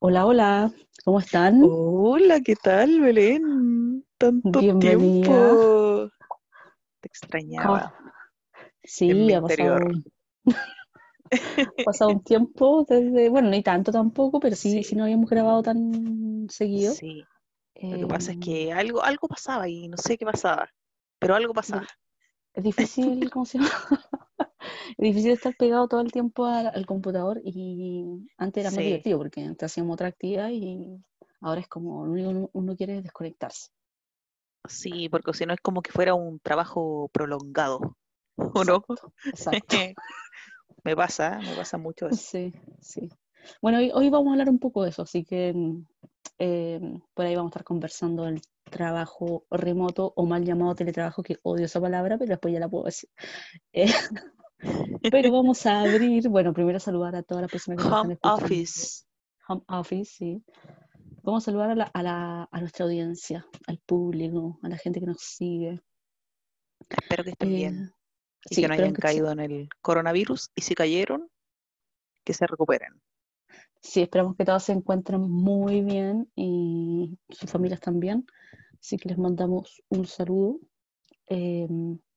Hola, hola, ¿cómo están? Hola, ¿qué tal, Belén? Tanto Bienvenida. tiempo. Te ¿Cómo- extrañaba en Sí, mi ha interior. pasado un tiempo desde, bueno, ni tanto tampoco, pero sí Sí, no habíamos grabado tan seguido. sí. Lo que Eh, pasa es que algo pasaba y no sé qué pasaba, pero algo sí, pasaba. es difícil, ¿cómo se llama? Es difícil estar pegado todo el tiempo al computador y antes era más Sí, divertido porque antes hacíamos otra actividad y ahora es como lo único que uno quiere es desconectarse. sí, porque si no es como que fuera un trabajo prolongado, ¿o no? Exacto, exacto. Me pasa mucho eso. Sí, sí. Bueno, hoy vamos a hablar un poco de eso, así que por ahí vamos a estar conversando del trabajo remoto o mal llamado teletrabajo, que odio esa palabra, pero después ya la puedo decir. Eh, pero vamos a abrir, bueno, primero saludar a todas las personas que nos están Home escuchando. office. Home office, sí. Vamos a saludar a nuestra audiencia, al público, a la gente que nos sigue. Espero que estén Eh, bien y sí, que no esperamos hayan que sí. caído en el coronavirus y si cayeron, que se recuperen. Sí, esperamos que todos se encuentren muy bien y sus familias también. Así que les mandamos un saludo. eh,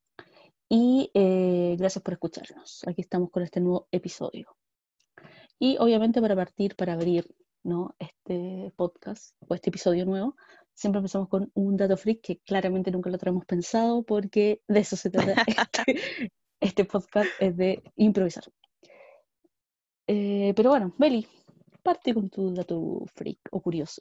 Gracias por escucharnos. Aquí estamos con este nuevo episodio. Y obviamente para partir, para abrir, ¿no?, este podcast o este episodio nuevo, siempre empezamos con un dato freak que claramente nunca lo traemos pensado porque de eso se trata este podcast, es de improvisar. Pero bueno, Beli, parte con tu dato freak o curioso.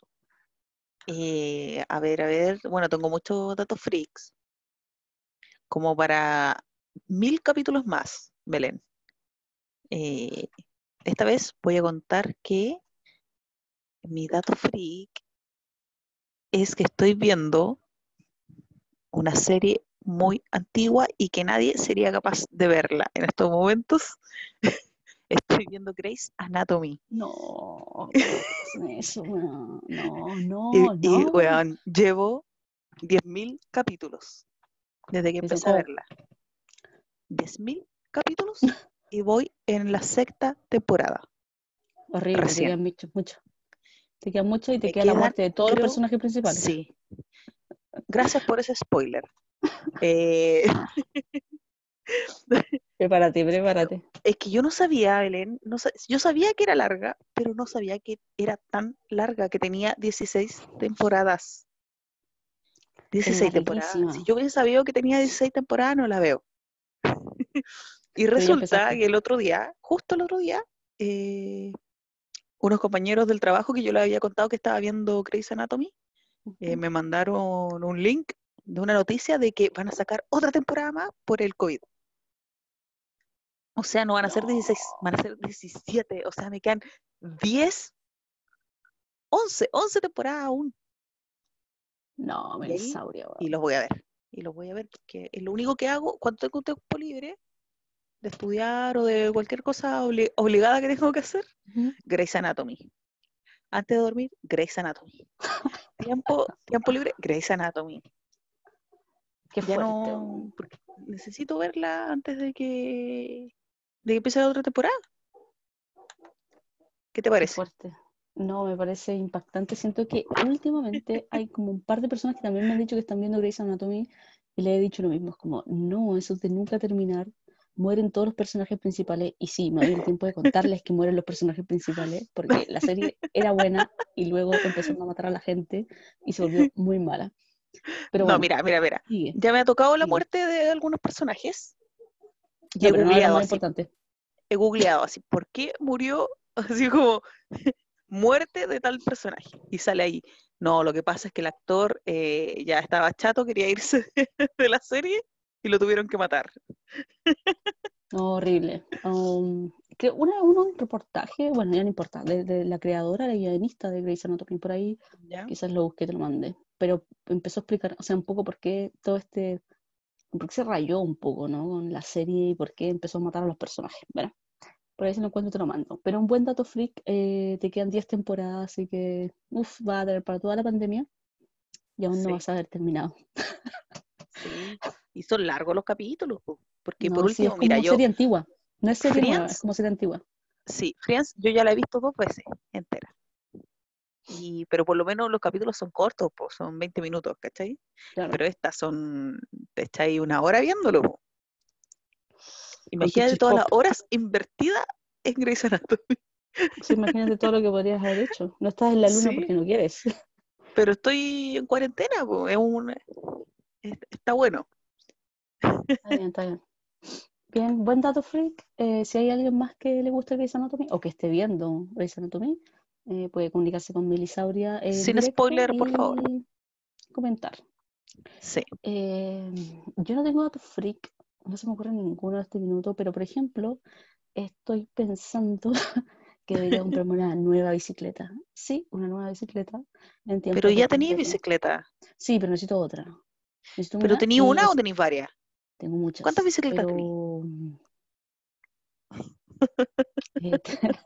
A ver, bueno, tengo muchos datos freaks, como para 1000 capítulos más, Belén. Eh, Esta vez voy a contar que mi dato freak es que estoy viendo una serie muy antigua y que nadie sería capaz de verla en estos momentos. Estoy viendo Grey's Anatomy. No, ¿cómo te hacen eso? No, no, no, no. Weón, llevo 10.000 capítulos desde que Dicen, empecé a ¿cómo? verla. 10.000 capítulos y voy en la sexta temporada. Horrible, te Recién. quedan mucho, mucho. Te quedan mucho y te Me queda la quedan, muerte de todos los creo, personajes principales. sí. Gracias por ese spoiler. Eh, Prepárate, prepárate. es que yo no sabía, Belén, yo sabía que era larga, pero no sabía que era tan larga, que tenía 16 temporadas. Es 16 temporadas. Si larguísima. yo hubiese sabido que tenía 16 temporadas, no la veo. Y Pero ya resulta empezaste. que el otro día, justo el otro día, eh, unos compañeros del trabajo que yo les había contado que estaba viendo Grey's Anatomy, Ujú. me mandaron un link de una noticia de que van a sacar otra temporada más por el COVID. O sea, no van a ser 16, No, van a ser 17. O sea, me quedan 10, 11 temporadas aún. no, Y ahí, Melisauria, y weón. los voy a ver. Y los voy a ver porque es lo único que hago cuando tengo un tiempo libre de estudiar o de cualquier cosa obligada que tengo que hacer. Ujú. Grey's Anatomy. Antes de dormir, Grey's Anatomy. Tiempo libre, Grey's Anatomy. Qué Ya fuerte, no, weón. porque necesito verla antes de que empiece la otra temporada. ¿Qué te Qué parece? fuerte. No, me parece impactante. Siento que últimamente hay como un par de personas que también me han dicho que están viendo Grey's Anatomy y le he dicho lo mismo. Es como, no, eso es de nunca terminar. Mueren todos los personajes principales. Y sí, me doy el tiempo de contarles que mueren los personajes principales porque la serie era buena y luego empezaron a matar a la gente y se volvió muy mala. Pero No, bueno, mira. sigue, Ya me ha tocado la sigue. muerte de algunos personajes y Ya, pero no era la más importante. he googleado así, ¿por qué murió? Así como muerte de tal personaje. Y sale ahí. No, lo que pasa es que el actor ya estaba chato, quería irse de la serie y lo tuvieron que matar. No, horrible. Que un reportaje, bueno, ya no importa, de la creadora, la guionista de Grey's Anatomy, por ahí, ¿Ya? quizás lo busqué, te lo mandé. Pero empezó a explicar, o sea, un poco por qué todo este, por qué se rayó un poco, ¿no? Con la serie y por qué empezó a matar a los personajes. Bueno, por ahí si lo encuentro te lo mando. Pero un buen dato freak, te quedan 10 temporadas, así que, uff, va a tener para toda la pandemia y aún no Sí, vas a haber terminado. sí. Y son largos los capítulos, po, porque por No, sí, es último, mira, como yo, serie antigua. No es serie nueva, es Friends, como serie antigua. sí, Friends yo ya la he visto 2 veces entera. pero por lo menos los capítulos son cortos, pues, son 20 minutos, ¿cachai? Claro, Pero estas son, te echáis una hora viéndolo, po. con tu Imagínate chill todas las pop. horas invertidas en Grey's Anatomy. Sí, imagínate todo lo que podrías haber hecho. No estás en la luna porque Sí, no quieres. pero estoy en cuarentena, po. Está bueno. Está bien, está bien. Bien, buen dato freak. Si hay alguien más que le guste Grey's Anatomy o que esté viendo Grey's Anatomy, puede comunicarse con Melisauria en Sin directo spoiler, por favor. y comentar. Sí. Eh, yo no tengo datos freak, no se me ocurre ninguno en este minuto, pero por ejemplo, estoy pensando que debería comprarme una nueva bicicleta. Sí, una nueva bicicleta en Pero tiempos de ya tenéis pandemia. bicicleta. Sí, pero necesito otra. Necesito ¿Pero una tenéis y una o tenéis varias? tengo ¿Cuántas muchas, bicicletas tenéis? pero eh,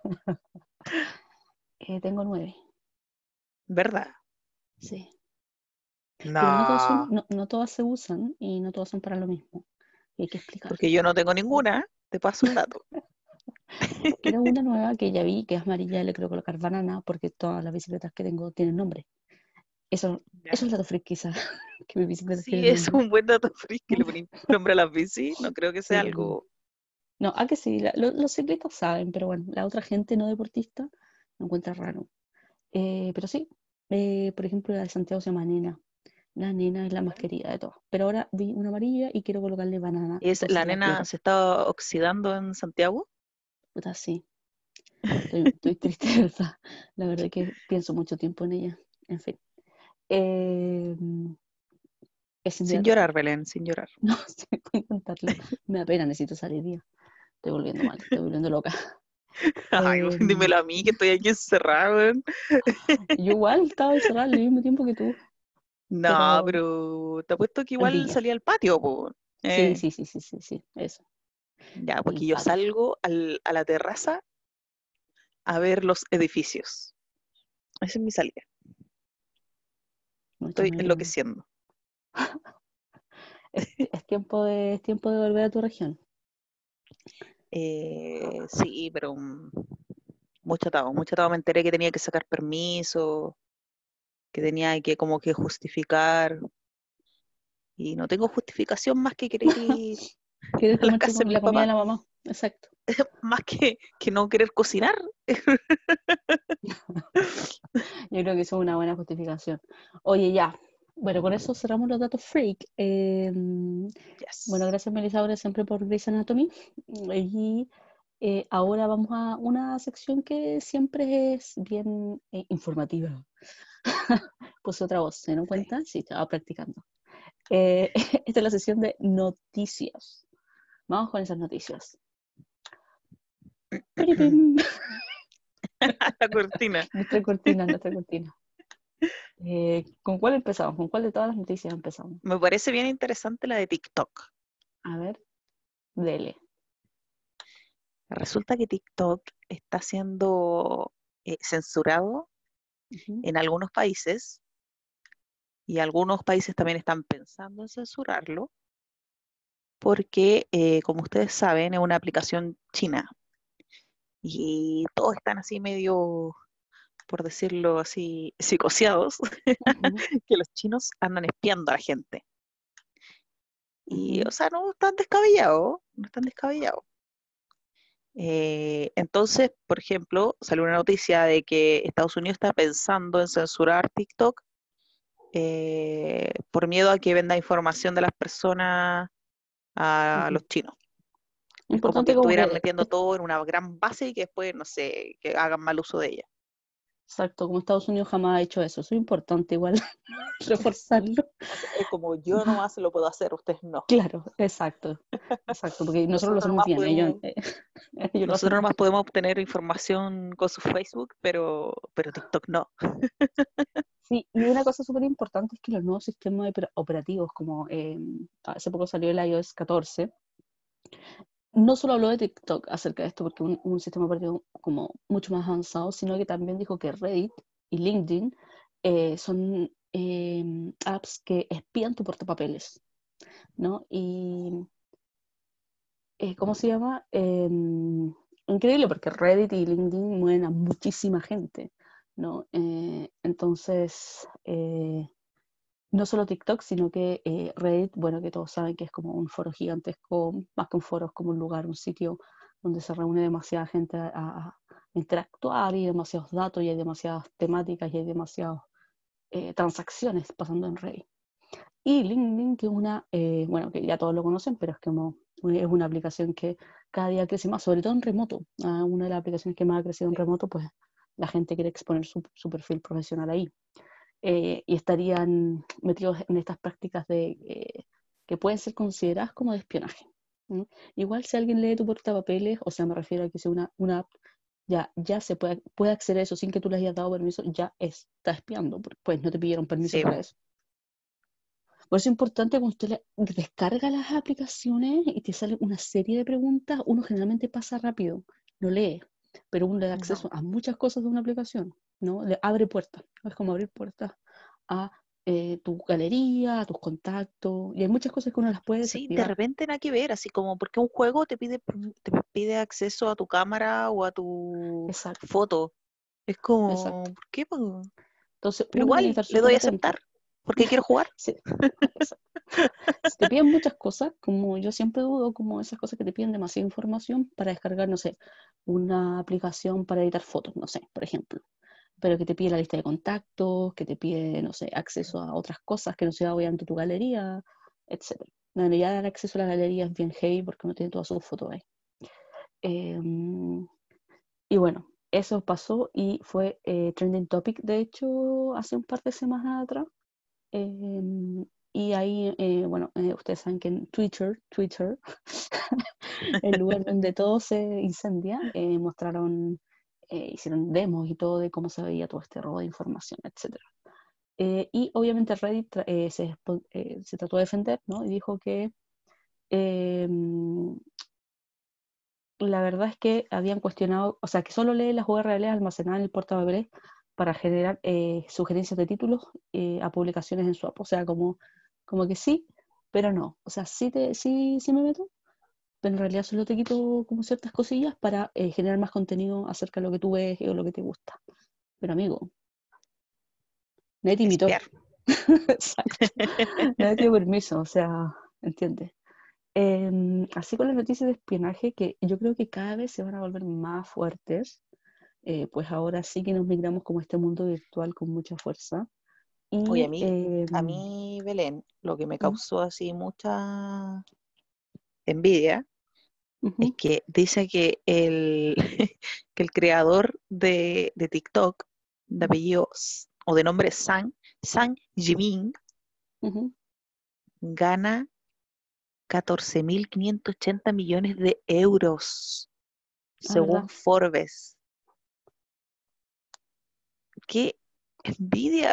tengo 9. ¿Verdad? Sí. Pero no todas son, No, no todas se usan y no todas son para lo mismo. Y hay que porque explicarlo. yo no tengo ninguna. Te paso el dato. Quiero una nueva que ya vi, que es amarilla, le quiero colocar banana, porque todas las bicicletas que tengo tienen nombre. Eso Ya. es la freak quizás, que mis bicicletas Sí, tienen es nombre. un buen dato free que le ponéis nombre a las bici. No creo que sea Sí. algo. No, que sí, los ciclistas saben, pero bueno, la otra gente no deportista lo encuentra raro. Pero sí, por ejemplo, la de Santiago se llama Nena. La nena es la más querida de todas. Pero ahora vi una amarilla y quiero colocarle banana, entonces La la nena quiero. se está oxidando en Santiago. Puta, sí, estoy triste, de verdad. La verdad que pienso mucho tiempo en ella. En fin. Eh, Ese es mi Sin dato llorar, freak. Belén, sin llorar. No sé cómo contarlo. Me da pena, necesito salir día. Estoy volviendo mal, estoy volviendo loca. Ay, Eh, dímelo a mí que estoy aquí encerrado, weón. yo igual estaba encerrada al mismo tiempo que tú, No, pero pero te apuesto que igual envidia. salí al patio, po. Sí, sí, sí, sí, sí, sí, eso, Ya, el porque yo patio. salgo a la terraza a ver los edificios. Esa es mi salida. Mucho Estoy muy bien. enloqueciendo. Es tiempo de volver a tu región. Sí, pero mucho atado, mucho atado. Me enteré que tenía que sacar permiso, que tenía que como que justificar, y no tengo justificación más que querer ir ¿Quieres a la comerte casa de mis la comida de papás, la mamá? Exacto. más que no querer cocinar. Yo creo que eso es una buena justificación. Oye, ya. Bueno, con eso cerramos los datos freak. Bueno, Yes. gracias Melissa siempre por Grey's Anatomy. Y ahora vamos a una sección que siempre es bien informativa. Puse otra voz, ¿se dan Sí. cuenta? Sí, estaba practicando. Esta es la sesión de noticias. Vamos con esas noticias. ¡Piripim! La cortina. Nuestra cortina, nuestra cortina. ¿Con cuál empezamos? ¿Con cuál de todas las noticias empezamos? Me parece bien interesante la de TikTok. A ver, dele. Resulta que TikTok está siendo censurado Ujú, en algunos países y algunos países también están pensando en censurarlo porque, como ustedes saben, es una aplicación china y todos están así medio, por decirlo así, psicoseados, ujú, que los chinos andan espiando a la gente. Y, ujú, o sea, no están descabellados, no están descabellados. Entonces, por ejemplo, salió una noticia de que Estados Unidos está pensando en censurar TikTok por miedo a que venda información de las personas a ujú. los chinos. Es como que Importante como estuvieran que, metiendo todo en una gran base y que después, no sé, que hagan mal uso de ella. exacto, como Estados Unidos jamás ha hecho eso. Eso es importante igual reforzarlo. O sea, es como yo nomás lo puedo hacer, ustedes no. Claro, exacto, exacto, porque nosotros lo Nosotros hacemos nomás bien, ellos, podemos, ellos lo hacen nosotros mal. nomás podemos obtener información con su Facebook, pero TikTok no. Sí, y una cosa súper importante es que los nuevos sistemas operativos, como hace poco salió el iOS 14, no solo habló de TikTok acerca de esto, porque un sistema operativo como mucho más avanzado, sino que también dijo que Reddit y LinkedIn son apps que espían tu portapapeles, ¿no? Y, ¿cómo se llama? Increíble, porque Reddit y LinkedIn mueven a muchísima gente, ¿no? Entonces, no solo TikTok, sino que Reddit, bueno, que todos saben que es como un foro gigantesco, más que un foro, es como un lugar, un sitio donde se reúne demasiada gente a interactuar y hay demasiados datos y hay demasiadas temáticas y hay demasiadas transacciones pasando en Reddit. Y LinkedIn, que es una, bueno, que ya todos lo conocen, pero es como es una aplicación que cada día crece más, sobre todo en remoto. Una de las aplicaciones que más ha crecido en Sí. remoto, pues la gente quiere exponer su perfil profesional ahí. Y estarían metidos en estas prácticas que pueden ser consideradas como de espionaje, ¿no? Igual si alguien lee tu portapapeles, o sea, me refiero a que sea una app, ya se puede acceder a eso sin que tú le hayas dado permiso, ya está espiando, pues no te pidieron permiso Sí, para eso. Por eso es importante cuando usted descarga las aplicaciones y te sale una serie de preguntas, uno generalmente pasa rápido, no lee, pero uno le da acceso no. a muchas cosas de una aplicación, ¿no? Le abre puertas, es como abrir puertas a tu galería, a tus contactos, y hay muchas cosas que uno las puede Sí, de desactivar. repente nada que ver, así como porque un juego te pide acceso a tu cámara o a tu Exacto, foto. Es como, exacto. ¿por qué, po? Entonces Pero uno tiene que igual estar le doy súper a atento. aceptar porque quiero jugar. Sí, exacto. Si te piden muchas cosas, como yo siempre dudo, como esas cosas que te piden demasiada información para descargar, no sé, una aplicación para editar fotos, no sé, por ejemplo, pero que te pide la lista de contactos, que te pide, no sé, acceso a otras cosas que no sea obviamente tu galería, etcétera. Bueno, ya dar acceso a la galería es bien heavy porque no tiene todas sus fotos ahí. Y bueno, eso pasó y fue trending topic, de hecho, hace un par de semanas atrás. Eh, y ahí, bueno, ustedes saben que en Twitter, el lugar donde todo se incendia, mostraron, hicieron demos y todo de cómo se veía todo este robo de información, etcétera. Y obviamente Reddit se trató de defender, ¿no? Y dijo que eh, la verdad es que habían cuestionado, o sea, que solo lee las URLs almacenadas en el portapapeles para generar sugerencias de títulos a publicaciones en su app. O sea, como que sí, pero no. O sea, sí me meto, pero en realidad solo te quito como ciertas cosillas para generar más contenido acerca de lo que tú ves o lo que te gusta. Pero amigo, nadie te invitó. Espiar. Exacto. Nadie te dio permiso, o sea, ¿entiendes? Así con las noticias de espionaje que yo creo que cada vez se van a volver más fuertes, pues ahora sí que nos migramos como a este mundo virtual con mucha fuerza. Oye, Y a mí, Belén, lo que me mm, causó así mucha envidia es ujú, que dice que que el creador de TikTok, de mm, apellido o de nombre Sang Jimin, ujú. gana 14.580 millones de euros, Ah, ¿verdad? según Forbes. ¡Qué envidia!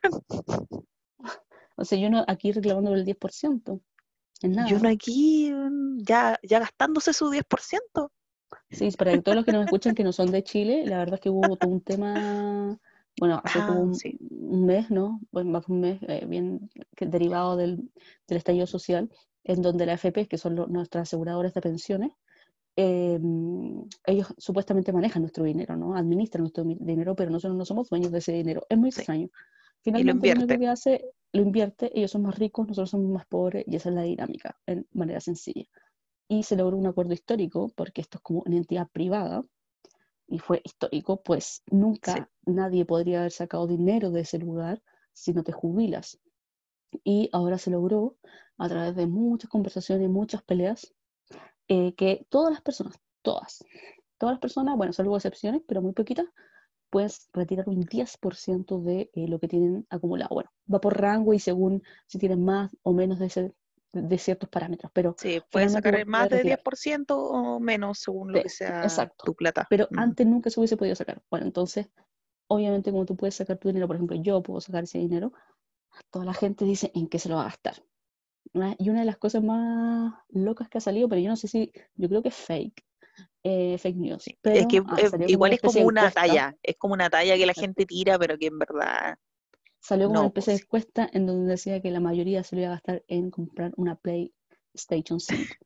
O sea, yo no aquí reclamando el 10%, es Y nada. uno aquí ya gastándose su 10%. Sí, para que todos los que nos escuchan que no son de Chile, la verdad es que hubo todo un tema, bueno, hace como Ah, sí, un mes, ¿no? Bueno, más de un mes, bien derivado del estallido social, en donde la AFP, que son nuestras aseguradoras de pensiones, eh, ellos supuestamente manejan nuestro dinero, ¿no? Administran nuestro dinero, pero nosotros no somos dueños de ese dinero. Es muy sí. extraño. Y lo Finalmente, lo único invierten. que hace, lo invierte, ellos son más ricos, nosotros somos más pobres, y esa es la dinámica, en manera sencilla. Y se logró un acuerdo histórico, porque esto es como una entidad privada, y fue histórico, pues Sí, nunca nadie podría haber sacado dinero de ese lugar si no te jubilas. Y ahora se logró, a través de muchas conversaciones, muchas peleas, que todas las personas, todas las personas, bueno, salvo excepciones, pero muy poquitas, puedes retirar un 10% de lo que tienen acumulado. Bueno, va por rango y según si tienen más o menos de ciertos parámetros, pero sí, puedes finalmente sacar uno el más puede de retirar. 10% o menos según lo Sí, que sea exacto. tu plata. Pero Mm. antes nunca se hubiese podido sacar. Bueno, entonces, obviamente, como tú puedes sacar tu dinero, por ejemplo, yo puedo sacar ese dinero, toda la gente dice en qué se lo va a gastar. Y una de las cosas más locas que ha salido, pero yo no sé si, yo creo que es fake news, Sí. Es pero que salió como igual una especie de encuesta, es como una talla que la exacto, gente tira, pero que en verdad salió como una no, especie de pues sí. encuesta en donde decía que la mayoría se lo iba a gastar en comprar una PlayStation 5.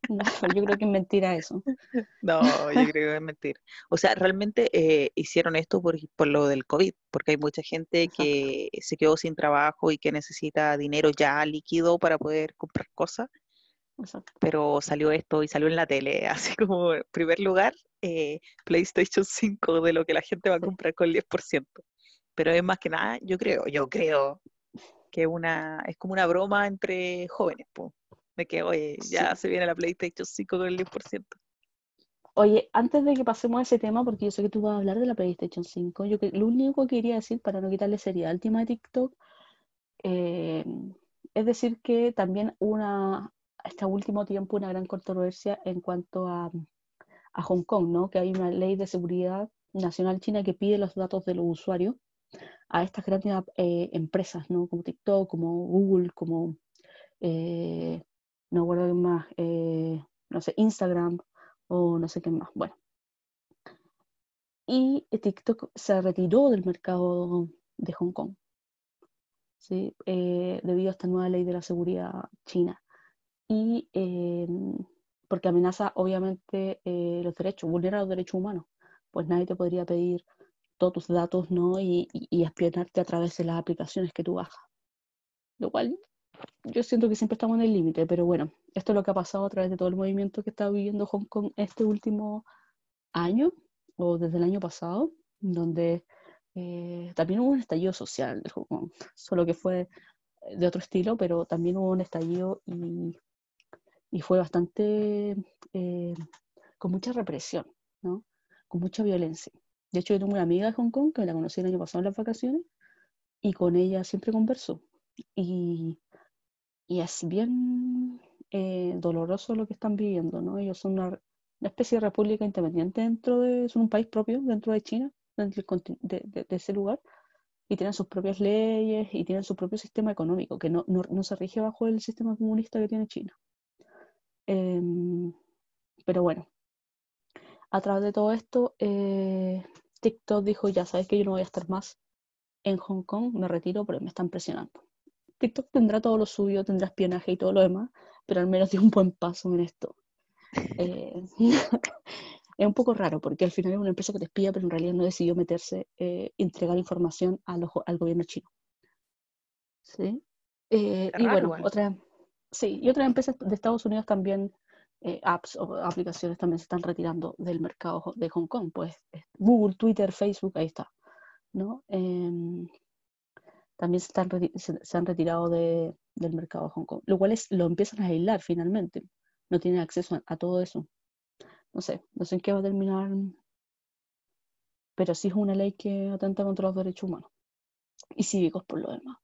No, yo creo que es mentira eso. No, yo creo que es mentira. O sea, realmente hicieron esto por lo del COVID, porque hay mucha gente Exacto, que se quedó sin trabajo y que necesita dinero ya líquido para poder comprar cosas, exacto. pero salió esto y salió en la tele, así como en primer lugar, PlayStation 5 de lo que la gente va a Sí, comprar con el 10%. Pero es más que nada, yo creo que es como una broma entre jóvenes, po, de que, oye, ya sí. se viene la PlayStation 5 con el 10%. Oye, antes de que pasemos a ese tema, porque yo sé que tú vas a hablar de la PlayStation 5, lo único que quería decir para no quitarle seriedad al tema de TikTok, eh, es decir que también este último tiempo, una gran controversia en cuanto a Hong Kong, ¿no? Que hay una ley de seguridad nacional china que pide los datos de los usuarios a estas grandes empresas, ¿no? Como TikTok, como Google, como, eh, no recuerdo qué más, no sé, Instagram o no sé qué más. Bueno, y TikTok se retiró del mercado de Hong Kong, ¿sí? Debido a esta nueva ley de la seguridad china. Y porque amenaza obviamente los derechos, vulnera los derechos humanos. Pues nadie te podría pedir todos tus datos, ¿no? Y espionarte a través de las aplicaciones que tú bajas. Lo cual yo siento que siempre estamos en el límite, pero bueno, esto es lo que ha pasado a través de todo el movimiento que está viviendo Hong Kong este último año o desde el año pasado, donde también hubo un estallido social de Hong Kong, solo que fue de otro estilo, pero también hubo un estallido y fue bastante eh, con mucha represión, ¿no? Con mucha violencia. De hecho, yo tengo una amiga de Hong Kong que la conocí el año pasado en las vacaciones y con ella siempre converso. Y, y es bien doloroso lo que están viviendo, ¿no? Ellos son una especie de república independiente son un país propio dentro de China, dentro de ese lugar, y tienen sus propias leyes y tienen su propio sistema económico, que no se rige bajo el sistema comunista que tiene China. Em, pero bueno, a través de todo esto, TikTok dijo, ya sabes que yo no voy a estar más en Hong Kong, me retiro, pero me están presionando. TikTok tendrá todo lo suyo, tendrá espionaje y todo lo demás, pero al menos dio un buen paso en esto. Eh, es un poco raro porque al final es una empresa que te espía, pero en realidad no decidió meterse, entregar información al gobierno chino. ¿Sí? Es Y raro bueno, igual. sí, y otras empresas de Estados Unidos también, apps o aplicaciones también se están retirando del mercado de Hong Kong, pues Google, Twitter, Facebook, ahí está, ¿no? También se han retirado del mercado de Hong Kong, lo cual lo empiezan a aislar finalmente, no tienen acceso a todo eso. No sé en qué va a terminar, pero sí es una ley que atenta contra los derechos humanos y cívicos por lo demás.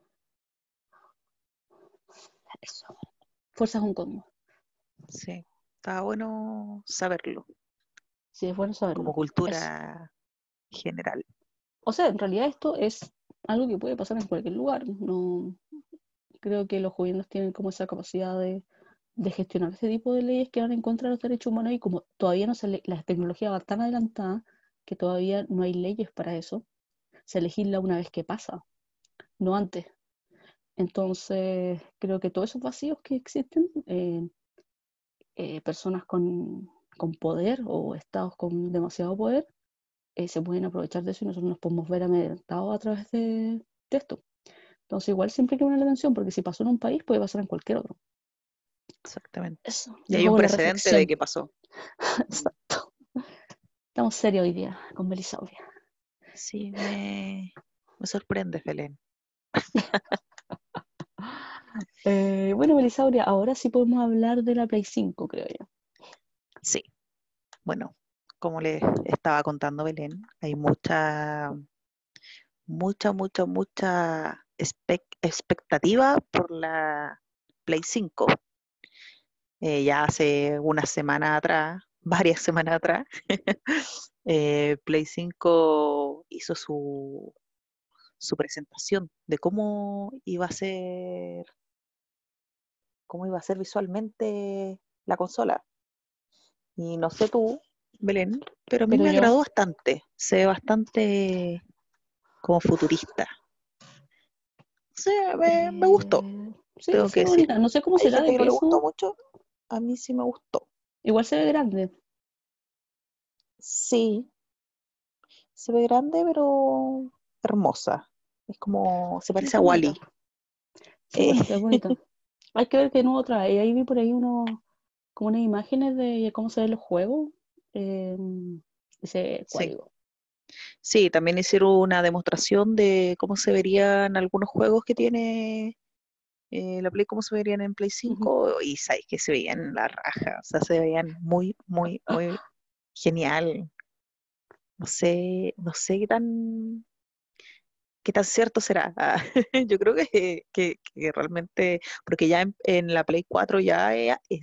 Eso. Fuerza Hong Kong. Sí, está bueno saberlo, Sí, es bueno como saberlo. Eso. cultura general. O sea, en realidad esto es algo que puede pasar en cualquier lugar. No creo que los gobiernos tienen como esa capacidad de gestionar este tipo de leyes que van en contra de los derechos humanos y como todavía no la tecnología va tan adelantada que todavía no hay leyes para eso, se legisla una vez que pasa, no antes. Entonces, creo que todos esos vacíos que existen, personas con poder o estados con demasiado poder, se pueden aprovechar de eso y nosotros nos podemos ver amedrentados a través de esto. Entonces, igual siempre hay que poner la atención, porque si pasó en un país, puede pasar en cualquier otro. Exactamente. Eso, Y les hay un hago la precedente de reflexión. qué pasó. Exacto. Estamos serios hoy día con Belisauria. Sí, me sorprende, Belén. Bueno, Belisauria, ahora sí podemos hablar de la Play 5, creo yo. Sí, bueno, como les estaba contando Belén, hay mucha expectativa por la Play 5. Ya hace una semana atrás, varias semanas atrás, Play 5 hizo su presentación de cómo iba a ser visualmente la consola. Y no sé tú, Belén, pero a mí Pero me yo, agradó bastante. Se ve bastante como futurista. O sea, me gustó, sí, tengo se que ve decir. bonita. No sé cómo Hay será gente de que no le gustó peso. mucho. a mí sí me gustó. Igual se ve grande. Sí, se ve grande, pero hermosa. Es como, se Sí, parece a es bonita. Wally. Sí, bonita, es bonita. Hay que ver qué nuevo trae. Ahí vi por ahí como unas imágenes de cómo se ven los juegos. Eh, ese Sí, cuático. sí, también hicieron una demostración de cómo se verían algunos juegos que tiene la Play, cómo se verían en Play Ujú. 5 y sabes que se veían la raja, o sea, se veían muy, muy, muy genial. No sé qué tan cierto será. Yo creo que realmente, porque ya en la Play 4 ya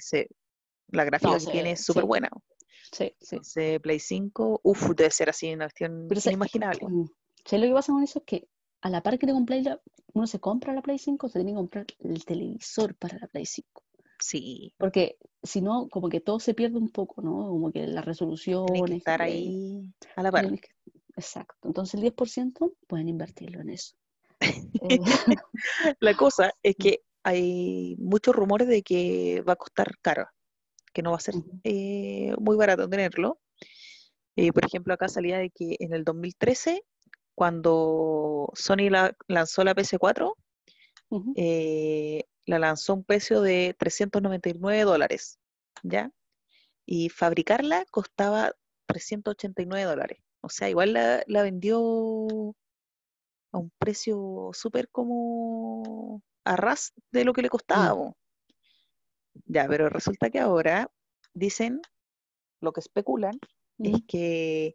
la No, gráfica que tiene es súper sí, buena. sí, sí. Entonces, Play 5, uff, debe ser así una cuestión Pero inimaginable. ¿sabes lo que pasa con eso? Es que a la par que te compráis uno se compra la Play 5, se tiene que comprar el televisor para la Play 5. Sí, Porque si no, como que todo se pierde un poco, ¿no? Como que las tiene que resoluciones que estar tiene. ahí a la par. Tienes que- Exacto. Entonces el 10% pueden invertirlo en eso. Eh, La cosa es que hay muchos rumores de que va a costar caro, que no va a ser ujú, muy barato tenerlo. Por ejemplo, acá salía de que en el 2013, cuando Sony lanzó la PS4, ujú, la lanzó a un precio de $399, ¿ya? Y fabricarla costaba $389. O sea, igual la vendió a un precio súper como a ras de lo que le costaba, mm, po. Ya, pero resulta que ahora dicen, lo que especulan, es mm, que,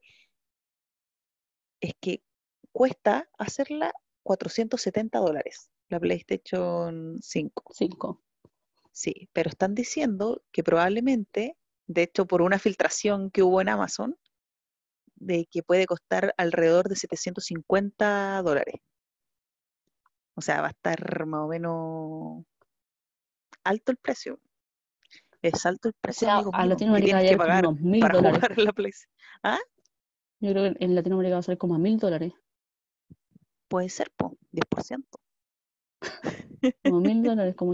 es que cuesta hacerla $470, la PlayStation 5. 5. Sí, pero están diciendo que probablemente, de hecho por una filtración que hubo en Amazon, de que puede costar alrededor de $750. O sea, va a estar más o menos alto el precio. Es alto el O precio, sea, amigos a míos, que Latinoamérica va a tienes que llegar como pagar unos mil para dólares. jugar la PlayStation. ¿Ah? Yo creo que en Latinoamérica va a salir como a $1.000. Puede ser, po, 10%. Como $1.000, como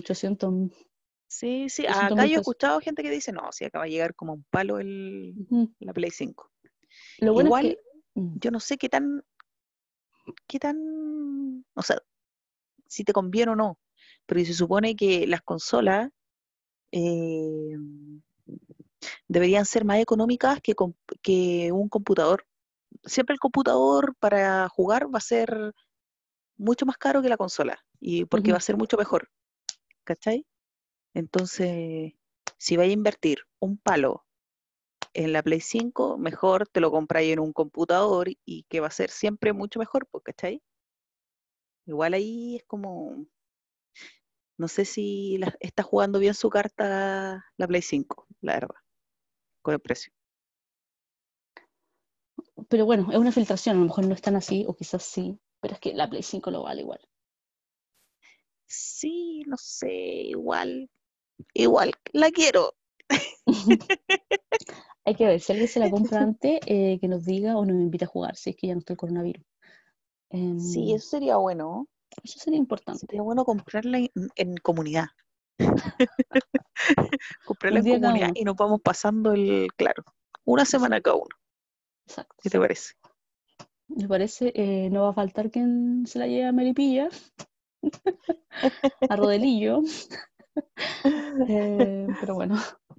Sí, sí, 800 acá mil yo he pesos. escuchado gente que dice, no, sí, acaba de llegar como un palo Ujú. la Play 5. Lo bueno es Igual, que mm, yo no sé qué tan, o sea, si te conviene o no, pero se supone que las consolas eh, deberían ser más económicas que un computador. Siempre el computador para jugar va a ser mucho más caro que la consola, y porque va a ujú. ser mucho mejor, ¿cachai? Entonces, si vais a invertir un palo en la Play 5, mejor te lo compráis en un computador y que va a ser siempre mucho mejor, pues, ¿cachai? Igual ahí es como, no sé si está jugando bien su carta la Play 5, la verdad, con el precio. Pero bueno, es una filtración, a lo mejor no es tan así, o quizás sí, pero es que la Play 5 lo vale igual. Sí, no sé, igual, la quiero. Hay que ver, si alguien se la compra antes, que nos diga o nos invite a jugar, si es que ya no está el coronavirus. Sí, Em, eso sería bueno. Eso sería importante. Sería bueno comprarla en comunidad. Comprarla Un en día cada comunidad uno. y nos vamos pasando claro, una semana Exacto, cada uno. exacto, ¿Qué te sí. parece? Me parece, no va a faltar quien se la lleve a Melipilla, a Rodelillo, pero bueno.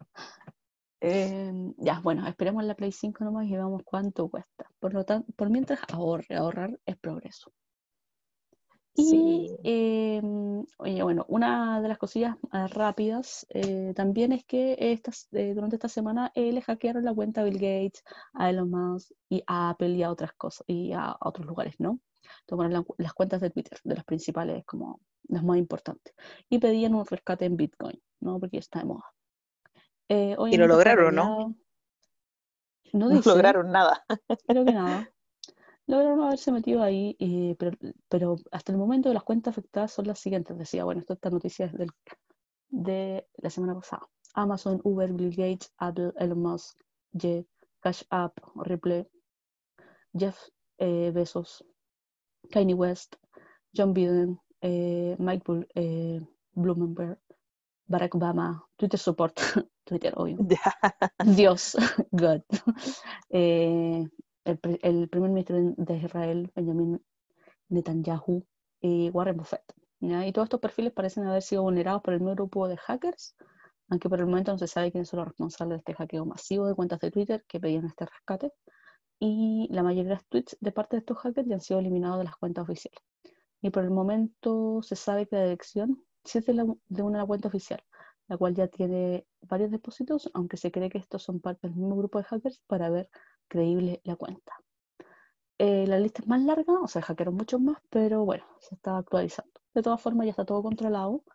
Ya, bueno, esperemos la Play 5 nomás y veamos cuánto cuesta. Por lo tanto, por mientras ahorrar es progreso. Y, Sí. oye, bueno, una de las cosillas rápidas también es que durante esta semana le hackearon la cuenta a Bill Gates, a Elon Musk y a Apple y a otras cosas y a otros lugares, ¿no? Tomaron las cuentas de Twitter, de las principales, como las más importantes, y pedían un rescate en Bitcoin, ¿no? Porque está de moda. Y lo Obviamente fue lograron, ¿no? arreglado, no No dice, lograron nada. creo que nada. Lograron haberse metido ahí, pero hasta el momento las cuentas afectadas son las siguientes. Decía, bueno, esta noticia es de la semana pasada. Amazon, Uber, Bill Gates, Apple, Elon Musk, Jeff, Cash App, Ripple, Jeff Bezos, Kanye West, John Biden, Bloomberg, Barack Obama, Twitter support, Twitter, obvio. Ya. Dios, God. Eh, el primer ministro de Israel, Benjamin Netanyahu, y Warren Buffett. ¿Ya? Y todos estos perfiles parecen haber sido vulnerados por el nuevo grupo de hackers, aunque por el momento no se sabe quiénes son los responsables de este hackeo masivo de cuentas de Twitter que pedían este rescate. Y la mayoría de los tweets de parte de estos hackers ya han sido eliminados de las cuentas oficiales. Y por el momento se sabe que la dirección sí es de una cuenta oficial, la cual ya tiene varios depósitos, aunque se cree que estos son parte del mismo grupo de hackers para ver creíble la cuenta. La lista es más larga, o sea, hackearon muchos más, pero bueno, se está actualizando. De todas formas, ya está todo controlado.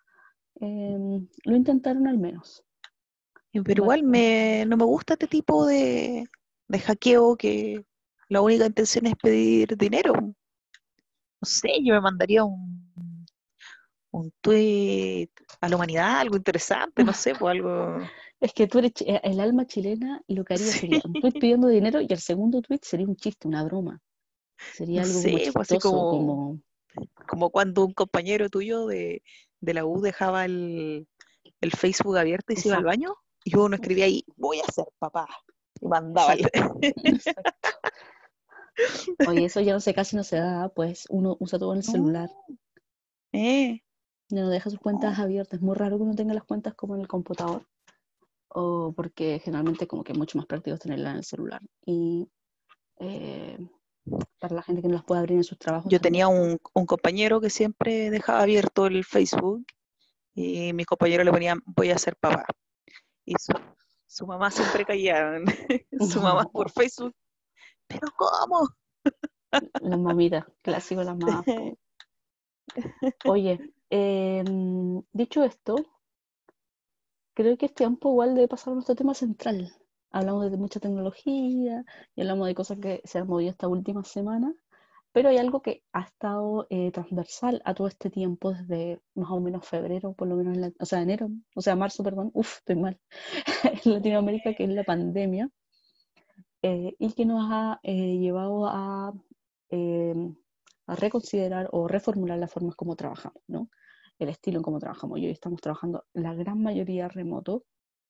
Lo intentaron al menos. Pero igual no me gusta este tipo de hackeo que la única intención es pedir dinero. No sé, yo me mandaría un tweet a la humanidad, algo interesante, no sé, pues algo. Es que tú eres el alma chilena, lo que haría sería Sí, un tweet pidiendo dinero y el segundo tweet sería un chiste, una broma. Sería no algo como sé, pues así chistoso, como... como cuando un compañero tuyo de la U dejaba el Facebook abierto y se iba al Exacto, baño, y uno escribía ahí, voy a ser papá, y mandaba exacto, exacto. Oye, eso ya no sé, casi no se da, pues uno usa todo en el No, celular. eh, No deja sus cuentas no, abiertas. Es muy raro que uno tenga las cuentas como en el computador. O porque generalmente como que es mucho más práctico tenerla en el celular. Y eh, para la gente que no las puede abrir en sus trabajos yo también. tenía un compañero que siempre dejaba abierto el Facebook y mis compañeros le ponían, voy a ser papá. Y su mamá siempre caía, su mamá por No, Facebook, pero ¿cómo? las mamitas, clásico las mamás. Po. Oye, dicho esto, creo que este tiempo igual debe pasar a nuestro tema central. Hablamos de mucha tecnología y hablamos de cosas que se han movido esta última semana, pero hay algo que ha estado transversal a todo este tiempo, desde más o menos febrero, por lo menos, o sea, enero, o sea, marzo, perdón, estoy mal, en Latinoamérica, que es la pandemia, y que nos ha llevado eh, a reconsiderar o reformular las formas como trabajamos, ¿no? El estilo en cómo trabajamos. Y hoy estamos trabajando la gran mayoría remoto,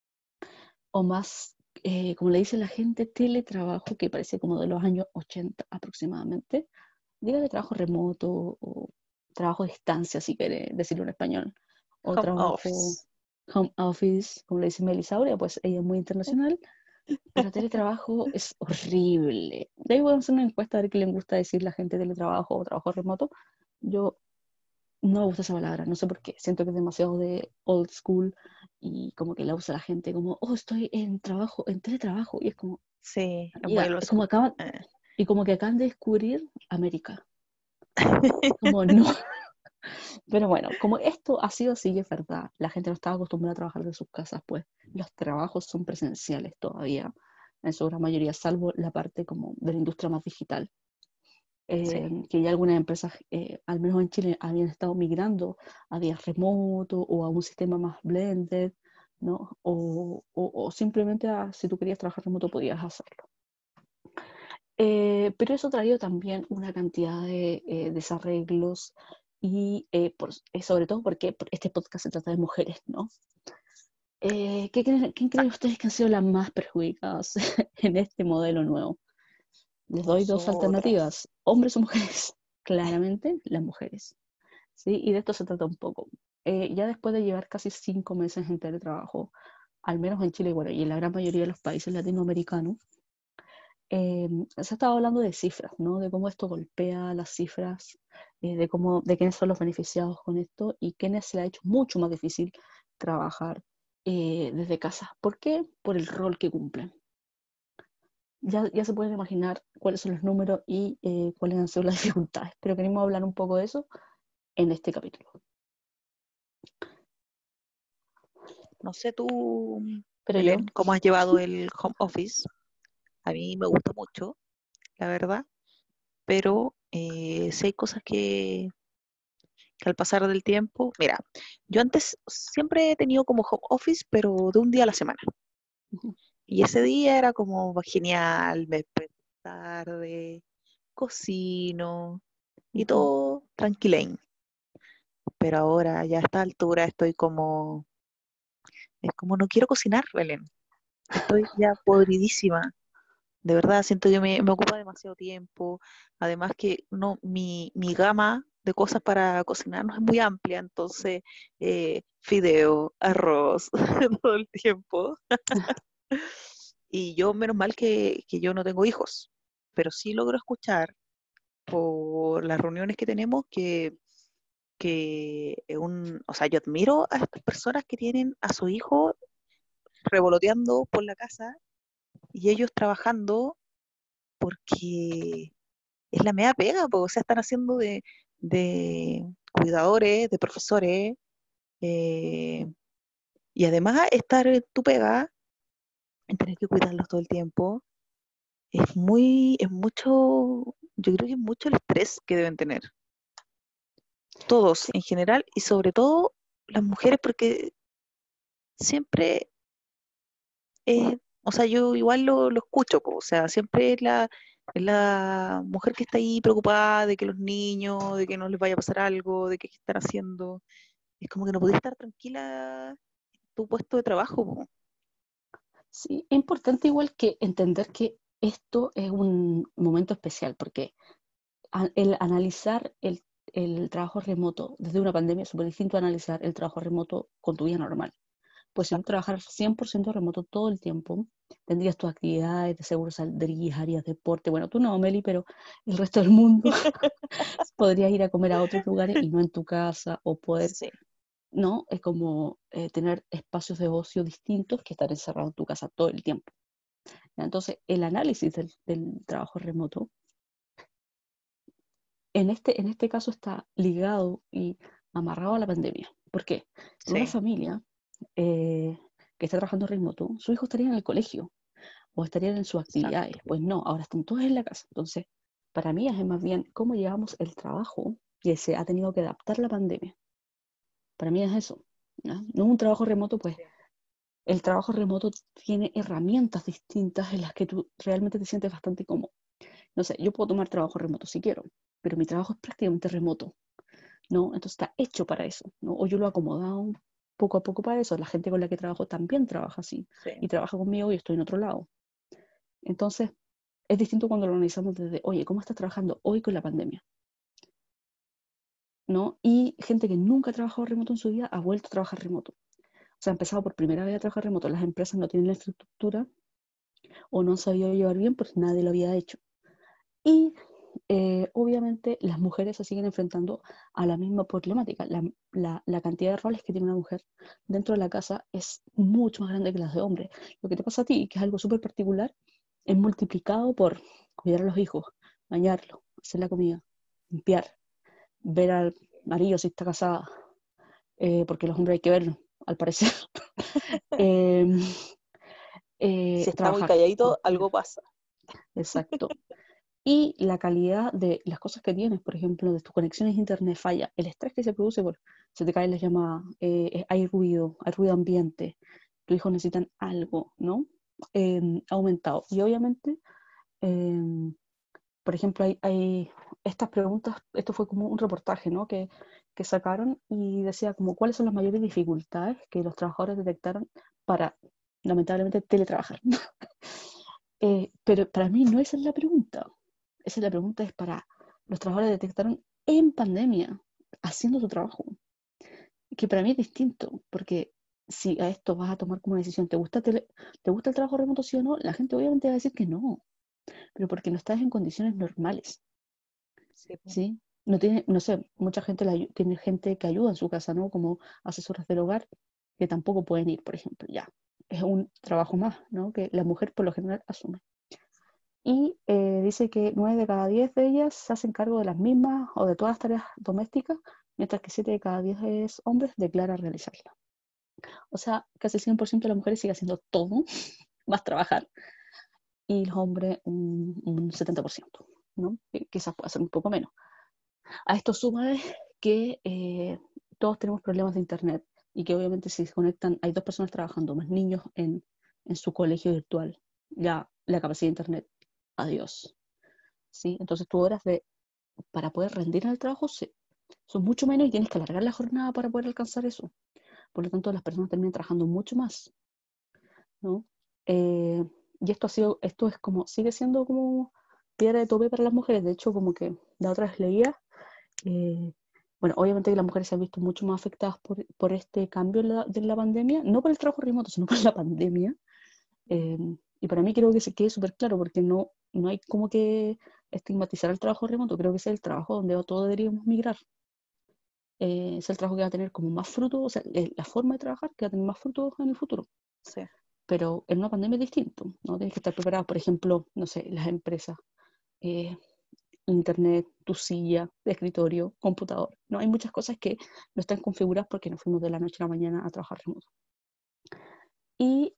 o más, como le dice la gente, teletrabajo, que parece como de los años 80 aproximadamente. Dígale trabajo remoto o trabajo a distancia, si quiere decirlo en español, o Home trabajo office. home office, como le dice Melisauria, pues ella es muy internacional, pero teletrabajo es horrible. De ahí podemos hacer una encuesta a ver qué le gusta decir la gente teletrabajo o trabajo remoto. Yo no me gusta esa palabra, no sé por qué. Siento que es demasiado de old school y como que la usa la gente como, oh, estoy en trabajo, en teletrabajo. Y es como, Sí, es muy amiga, old es como school. acaban, Eh. y como que acaban de descubrir América. Como no. Pero bueno, como esto ha sido así, es verdad. La gente no estaba acostumbrada a trabajar de sus casas, pues los trabajos son presenciales todavía, en su gran mayoría, salvo la parte como de la industria más digital. Sí. Que ya algunas empresas, al menos en Chile, habían estado migrando a días remoto o a un sistema más blended, ¿no? O simplemente si tú querías trabajar remoto podías hacerlo. Pero eso ha traído también una cantidad de desarreglos y sobre todo porque este podcast se trata de mujeres, ¿no? ¿Quién creen ustedes que han sido las más perjudicadas en este modelo nuevo? Les doy dos Nosotras. alternativas, hombres o mujeres. Claramente las mujeres, ¿sí? Y de esto se trata un poco. Ya después de llevar casi 5 meses en teletrabajo, al menos en Chile, bueno, y en la gran mayoría de los países latinoamericanos, se ha estado hablando de cifras, ¿no? De cómo esto golpea las cifras, de quiénes son los beneficiados con esto y quiénes se le ha hecho mucho más difícil trabajar desde casa. ¿Por qué? Por el rol que cumplen. Ya se pueden imaginar cuáles son los números y cuáles han sido las dificultades, pero queremos hablar un poco de eso en este capítulo. No sé tú, Pero yo, Belén, cómo has llevado el home office. A mí me gusta mucho, la verdad, pero sí hay cosas que al pasar del tiempo, mira, yo antes siempre he tenido como home office, pero de un día a la semana. Y ese día era como genial, me desperté tarde, cocino y todo tranquileño. Pero ahora ya a esta altura estoy como Es como no quiero cocinar, Belén. Estoy ya podridísima. De verdad, siento que me ocupa demasiado tiempo. Además que no, mi gama de cosas para cocinar no es muy amplia, entonces fideo, arroz, todo el tiempo. Y yo, menos mal que yo no tengo hijos, pero sí logro escuchar por las reuniones que tenemos o sea, yo admiro a estas personas que tienen a su hijo revoloteando por la casa y ellos trabajando porque es la media pega, pues, o sea, están haciendo de cuidadores, de profesores, eh, y además estar en tu pega, en tener que cuidarlos todo el tiempo, es mucho, yo creo que es mucho el estrés que deben tener, todos Sí, en general, y sobre todo las mujeres, porque siempre, o sea, yo igual lo escucho, pues, o sea, siempre es la mujer que está ahí preocupada de que los niños, de que no les vaya a pasar algo, de que qué están haciendo. Es como que no podías estar tranquila en tu puesto de trabajo, po. sí, es importante igual que entender que esto es un momento especial, porque el analizar el trabajo remoto desde una pandemia es súper distinto a analizar el trabajo remoto con tu vida normal. Pues si tú Exacto. trabajas 100% remoto todo el tiempo, tendrías tus actividades, de seguro saldrías, harías deporte. Bueno, tú no, Meli, pero el resto del mundo podrías ir a comer a otros lugares y no en tu casa, o poder, Sí, ¿no? Es como tener espacios de ocio distintos que estar encerrado en tu casa todo el tiempo. ¿Ya? Entonces, el análisis del trabajo remoto, en este caso está ligado y amarrado a la pandemia. ¿Por qué? En una sí, familia que está trabajando remoto, sus hijos estarían en el colegio o estarían en sus actividades. exacto. Pues no, ahora están todos en la casa. Entonces, para mí es más bien cómo llevamos el trabajo que se ha tenido que adaptar la pandemia. Para mí es eso. ¿Ya? No es un trabajo remoto, pues Sí, el trabajo remoto tiene herramientas distintas en las que tú realmente te sientes bastante cómodo. No sé, yo puedo tomar trabajo remoto si quiero, pero mi trabajo es prácticamente remoto, ¿no? Entonces está hecho para eso, ¿no? O yo lo he acomodado poco a poco para eso. La gente con la que trabajo también trabaja así y sí, trabaja conmigo y estoy en otro lado. Entonces, es distinto cuando lo analizamos desde, oye, ¿cómo estás trabajando hoy con la pandemia? ¿No? Y gente que nunca ha trabajado remoto en su vida ha vuelto a trabajar remoto. O sea, ha empezado por primera vez a trabajar remoto. Las empresas no tienen la infraestructura o no han sabido llevar bien porque nadie lo había hecho. Y obviamente las mujeres se siguen enfrentando a la misma problemática. La cantidad de roles que tiene una mujer dentro de la casa es mucho más grande que las de hombres. Lo que te pasa a ti, que es algo súper particular, es multiplicado por cuidar a los hijos, bañarlos, hacer la comida, limpiar, ver al marido si está casada, porque los hombres hay que verlos, al parecer. Eh, si está muy trabajar, calladito, ¿no? algo pasa. Exacto. Y la calidad de las cosas que tienes, por ejemplo, de tus conexiones a internet falla, el estrés que se produce por se te caen las llamadas, hay ruido ambiente, tus hijos necesitan algo, ¿no? Ha aumentado. Y obviamente, eh, por ejemplo, hay estas preguntas, esto fue como un reportaje, ¿no? Que sacaron y decía como cuáles son las mayores dificultades que los trabajadores detectaron para, lamentablemente, teletrabajar. Pero para mí no esa es la pregunta. Esa es la pregunta es para los trabajadores detectaron en pandemia, haciendo su trabajo, que para mí es distinto, porque si a esto vas a tomar como una decisión, ¿te gusta el trabajo remoto sí o no? La gente obviamente va a decir que no, pero porque no estás en condiciones normales, Sí, po. ¿sí? No tiene, no sé, mucha gente tiene gente que ayuda en su casa, ¿no? Como asesoras del hogar, que tampoco pueden ir, por ejemplo, ya. Es un trabajo más, ¿no? Que la mujer por lo general asume. Y dice que 9 de cada 10 de ellas se hacen cargo de las mismas o de todas las tareas domésticas, mientras que 7 de cada 10 hombres declara realizarlas. O sea, casi el 100% de las mujeres sigue haciendo todo, más trabajar, y los hombres un 70%, ¿no? Quizás pueda ser un poco menos. A esto suma que todos tenemos problemas de internet y que obviamente si se conectan, hay dos personas trabajando, más niños en su colegio virtual, ya la capacidad de internet, adiós. ¿Sí? Entonces tus horas para poder rendir en el trabajo son mucho menos y tienes que alargar la jornada para poder alcanzar eso. por lo tanto las personas terminan trabajando mucho más, ¿no? Y esto es como, sigue siendo como piedra de tope para las mujeres. De hecho, como que la otra vez leía, bueno, obviamente que las mujeres se han visto mucho más afectadas por este cambio de la pandemia, no por el trabajo remoto, sino por la pandemia. Eh, y para mí creo que se quede súper claro, porque no hay como que estigmatizar el trabajo remoto. Creo que ese es el trabajo donde todos deberíamos migrar. Es el trabajo que va a tener como más frutos, o sea, la forma de trabajar que va a tener más frutos en el futuro. Sí. Pero en una pandemia es distinto, ¿no? Tienes que estar preparado, por ejemplo, no sé, las empresas, eh, internet, tu silla de escritorio, computador, ¿no? Hay muchas cosas que no están configuradas porque nos fuimos de la noche a la mañana a trabajar remoto. Y,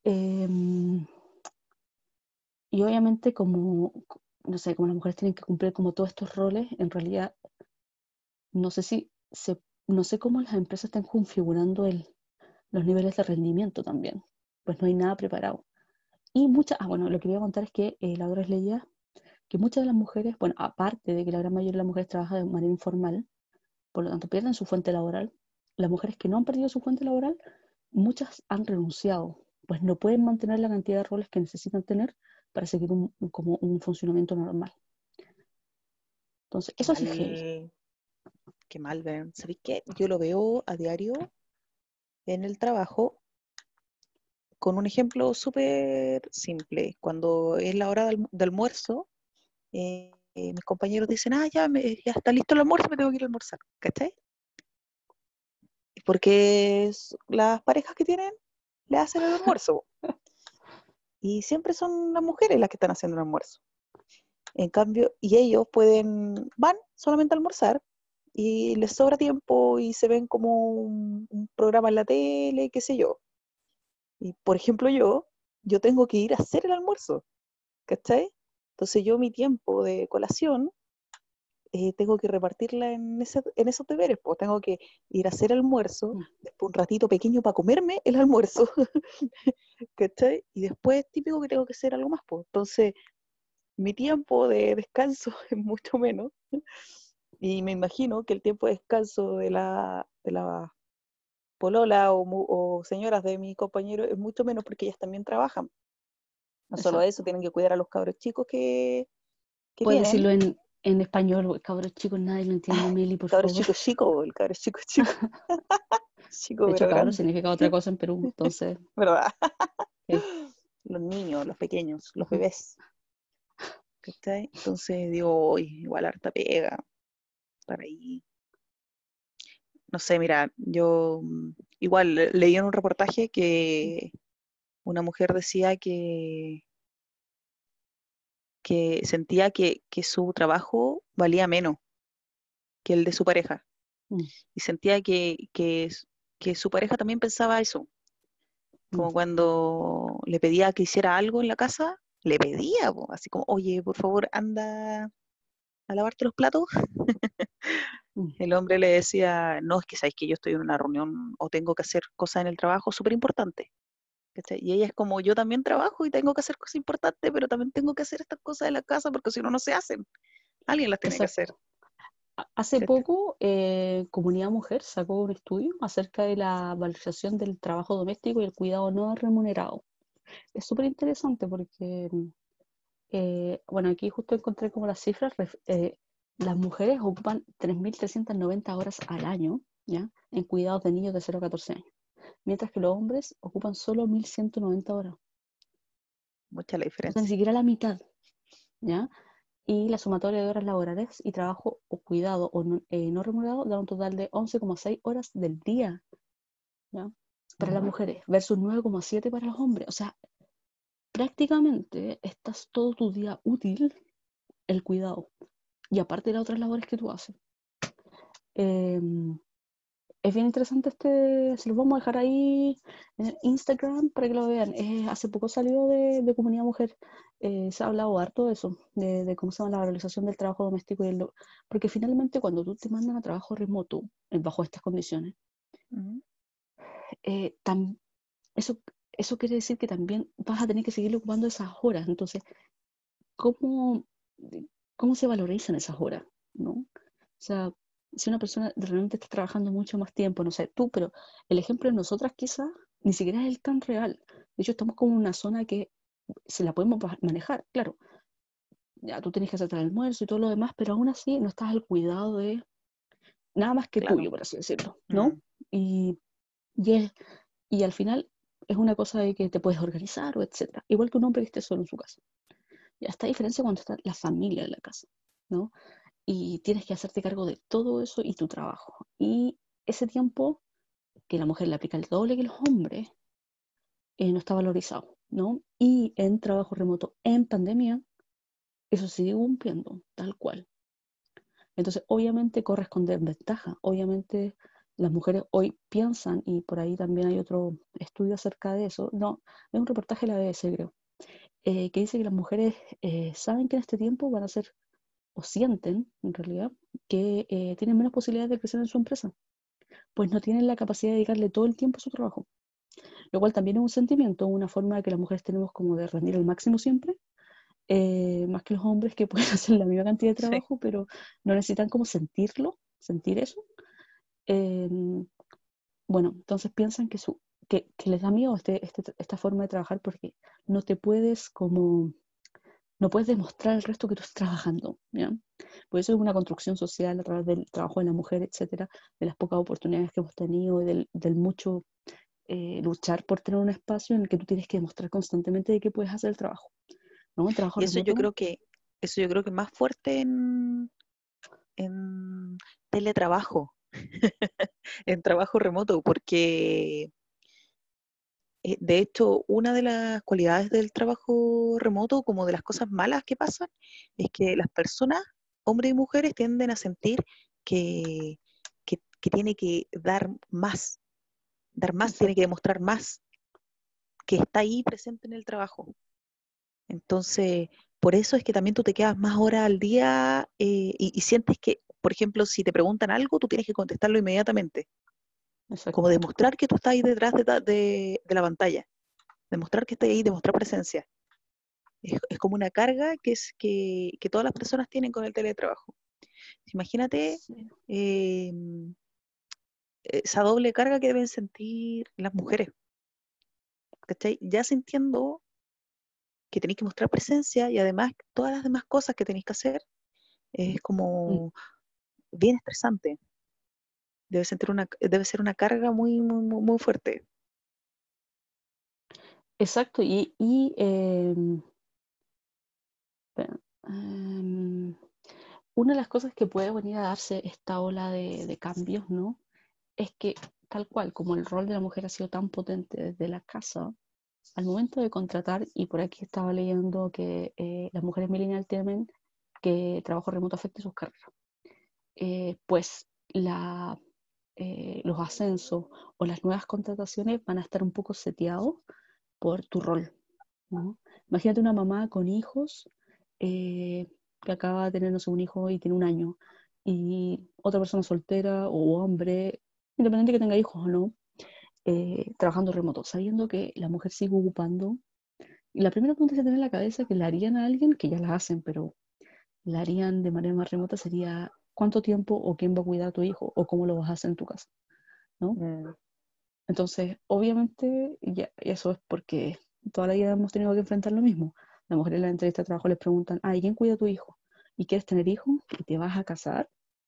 y obviamente como, no sé, como las mujeres tienen que cumplir como todos estos roles, en realidad no sé no sé cómo las empresas están configurando los niveles de rendimiento también, pues no hay nada preparado. Y bueno, lo que voy a contar es que la otra vez leía que muchas de las mujeres, bueno, aparte de que la gran mayoría de las mujeres trabaja de manera informal, por lo tanto pierden su fuente laboral, las mujeres que no han perdido su fuente laboral, muchas han renunciado, pues no pueden mantener la cantidad de roles que necesitan tener para seguir como un funcionamiento normal. Entonces, Qué eso sí es heavy. mal, qué mal, ven. ¿Sabéis qué? Yo lo veo a diario en el trabajo con un ejemplo súper simple. Cuando es la hora de almuerzo, mis compañeros dicen, ya está listo el almuerzo, me tengo que ir a almorzar, ¿cachai? Porque las parejas que tienen le hacen el almuerzo y siempre son las mujeres las que están haciendo el almuerzo. En cambio, y ellos van solamente a almorzar y les sobra tiempo y se ven como un programa en la tele, qué sé yo. Y por ejemplo yo tengo que ir a hacer el almuerzo, ¿cachai? Entonces yo mi tiempo de colación tengo que repartirla en esos deberes, pues tengo que ir a hacer almuerzo, Mm. después un ratito pequeño para comerme el almuerzo, ¿cachai? Y después típico que tengo que hacer algo más, pues. Entonces mi tiempo de descanso es mucho menos. Y me imagino que el tiempo de descanso de la polola o señoras de mi compañero es mucho menos porque ellas también trabajan. No solo eso, Exacto. tienen que cuidar a los cabros chicos que Puedes tienen. decirlo en español, porque cabros chicos, nadie lo entiende, Meli, por Cabros favor. chicos chicos, el cabro chico chico, chico De hecho, pero cabros grande, significa otra cosa en Perú, entonces, ¿verdad? sí. Los niños, los pequeños, los Ujú. bebés, ¿cachai? Entonces digo, "Uy, igual harta pega, para ahí. No sé, mira, yo igual leí en un reportaje que una mujer decía que sentía que su trabajo valía menos que el de su pareja. Mm, Y sentía que su pareja también pensaba eso. mm. Como cuando le pedía que hiciera algo en la casa, le pedía, po, así como, oye, por favor, anda a lavarte los platos. Mm. El hombre le decía, no, es que sabes que yo estoy en una reunión o tengo que hacer cosas en el trabajo súper importantes. Y ella es como, yo también trabajo y tengo que hacer cosas importantes, pero también tengo que hacer estas cosas de la casa porque si no, no se hacen. Alguien las tiene que hacer. Exacto. Hace ¿Cachai? poco, Comunidad Mujer sacó un estudio acerca de la valorización del trabajo doméstico y el cuidado no remunerado. Es súper interesante porque, bueno, aquí justo encontré como las cifras, las mujeres ocupan 3.390 horas al año, ¿ya? En cuidados de niños de 0 a 14 años, mientras que los hombres ocupan solo 1.190 horas. Mucha la O sea, ni diferencia. siquiera la mitad, ¿ya? Y la sumatoria de horas laborales y trabajo o cuidado o no remunerado da un total de 11,6 horas del día, ¿ya? Para las mujeres versus 9,7 para los hombres. O sea, prácticamente estás todo tu día útil el cuidado. Y aparte de las otras labores que tú haces. Eh, es bien interesante se los vamos a dejar ahí en Instagram para que lo vean. Hace poco salió de Comunidad Mujer. Se ha hablado harto de eso, de cómo se llama la valorización del trabajo doméstico. Porque finalmente cuando tú te mandan a trabajo remoto, bajo estas condiciones, Ujú. eh, tam- eso, eso quiere decir que también vas a tener que seguir ocupando esas horas. Entonces, ¿cómo, cómo se valorizan esas horas? ¿No? O sea, si una persona realmente está trabajando mucho más tiempo, no sé, tú, pero el ejemplo de nosotras quizás ni siquiera es el tan real. De hecho, estamos como en una zona que se la podemos manejar, claro. Ya tú tienes que hacer el almuerzo y todo lo demás, pero aún así no estás al cuidado de nada más que tuyo, Claro. por así decirlo, ¿no? Mm, Y, y, es- y al final es una cosa de que te puedes organizar o etcétera. Igual que un hombre que esté solo en su casa. Y esta diferencia cuando está la familia en la casa, ¿no? Y tienes que hacerte cargo de todo eso y tu trabajo. Y ese tiempo que la mujer le aplica el doble que los hombres, no está valorizado, ¿no? Y en trabajo remoto, en pandemia, eso sigue cumpliendo, tal cual. Entonces, obviamente corres con desventaja. Obviamente las mujeres hoy piensan, y por ahí también hay otro estudio acerca de eso, no, es un reportaje de la BBC, creo, que dice que las mujeres saben que en este tiempo van a ser, o sienten en realidad, que tienen menos posibilidades de crecer en su empresa, pues no tienen la capacidad de dedicarle todo el tiempo a su trabajo, lo cual también es un sentimiento, una forma de que las mujeres tenemos como de rendir al máximo siempre, más que los hombres que pueden hacer la misma cantidad de sí. trabajo, pero no necesitan como sentirlo, sentir eso. Eh, bueno, entonces piensan que les da miedo esta forma de trabajar porque no te puedes como, no puedes demostrar al resto que tú estás trabajando, ¿ya? Por eso es una construcción social a través del trabajo de la mujer, etcétera, de las pocas oportunidades que hemos tenido, del mucho luchar por tener un espacio en el que tú tienes que demostrar constantemente de que puedes hacer el trabajo, ¿no? El trabajo Y remoto, eso yo creo que es más fuerte en teletrabajo, en trabajo remoto, porque de hecho, una de las cualidades del trabajo remoto, como de las cosas malas que pasan, es que las personas, hombres y mujeres, tienden a sentir que, que tiene que dar más, tiene que exacto, demostrar más, que está ahí presente en el trabajo. Entonces, por eso es que también tú te quedas más horas al día y sientes que, por ejemplo, si te preguntan algo, tú tienes que contestarlo inmediatamente, como exacto. demostrar que tú estás ahí detrás de la pantalla, demostrar que estás ahí, demostrar presencia. Es como una carga que todas las personas tienen con el teletrabajo. Imagínate Sí. eh, esa doble carga que deben sentir las mujeres, ¿cachai? Ya sintiendo que tenéis que mostrar presencia y además todas las demás cosas que tenéis que hacer, es Mm. como bien estresante. Debe ser una carga muy, muy, muy, muy fuerte. Exacto, espera, una de las cosas que puede venir a darse esta ola de cambios, ¿no? Es que tal cual, como el rol de la mujer ha sido tan potente desde la casa, al momento de contratar, y por aquí estaba leyendo que las mujeres millennials temen que trabajo remoto afecte sus carreras, pues los ascensos o las nuevas contrataciones van a estar un poco seteados por tu rol, ¿no? Imagínate una mamá con hijos que acaba de tener, no sé, un hijo y tiene un año, y otra persona soltera o hombre, independiente que tenga hijos o no, trabajando remoto, sabiendo que la mujer sigue ocupando. Y la primera pregunta que se tiene en la cabeza que le harían a alguien, que ya la hacen, pero la harían de manera más remota, sería cuánto tiempo o quién va a cuidar a tu hijo o cómo lo vas a hacer en tu casa, ¿no? Mm, Entonces, obviamente, ya, eso es porque toda la vida hemos tenido que enfrentar lo mismo. Las mujeres en la entrevista de trabajo les preguntan, ah, ¿y quién cuida a tu hijo? ¿Y quieres tener hijos? ¿Y te vas a casar?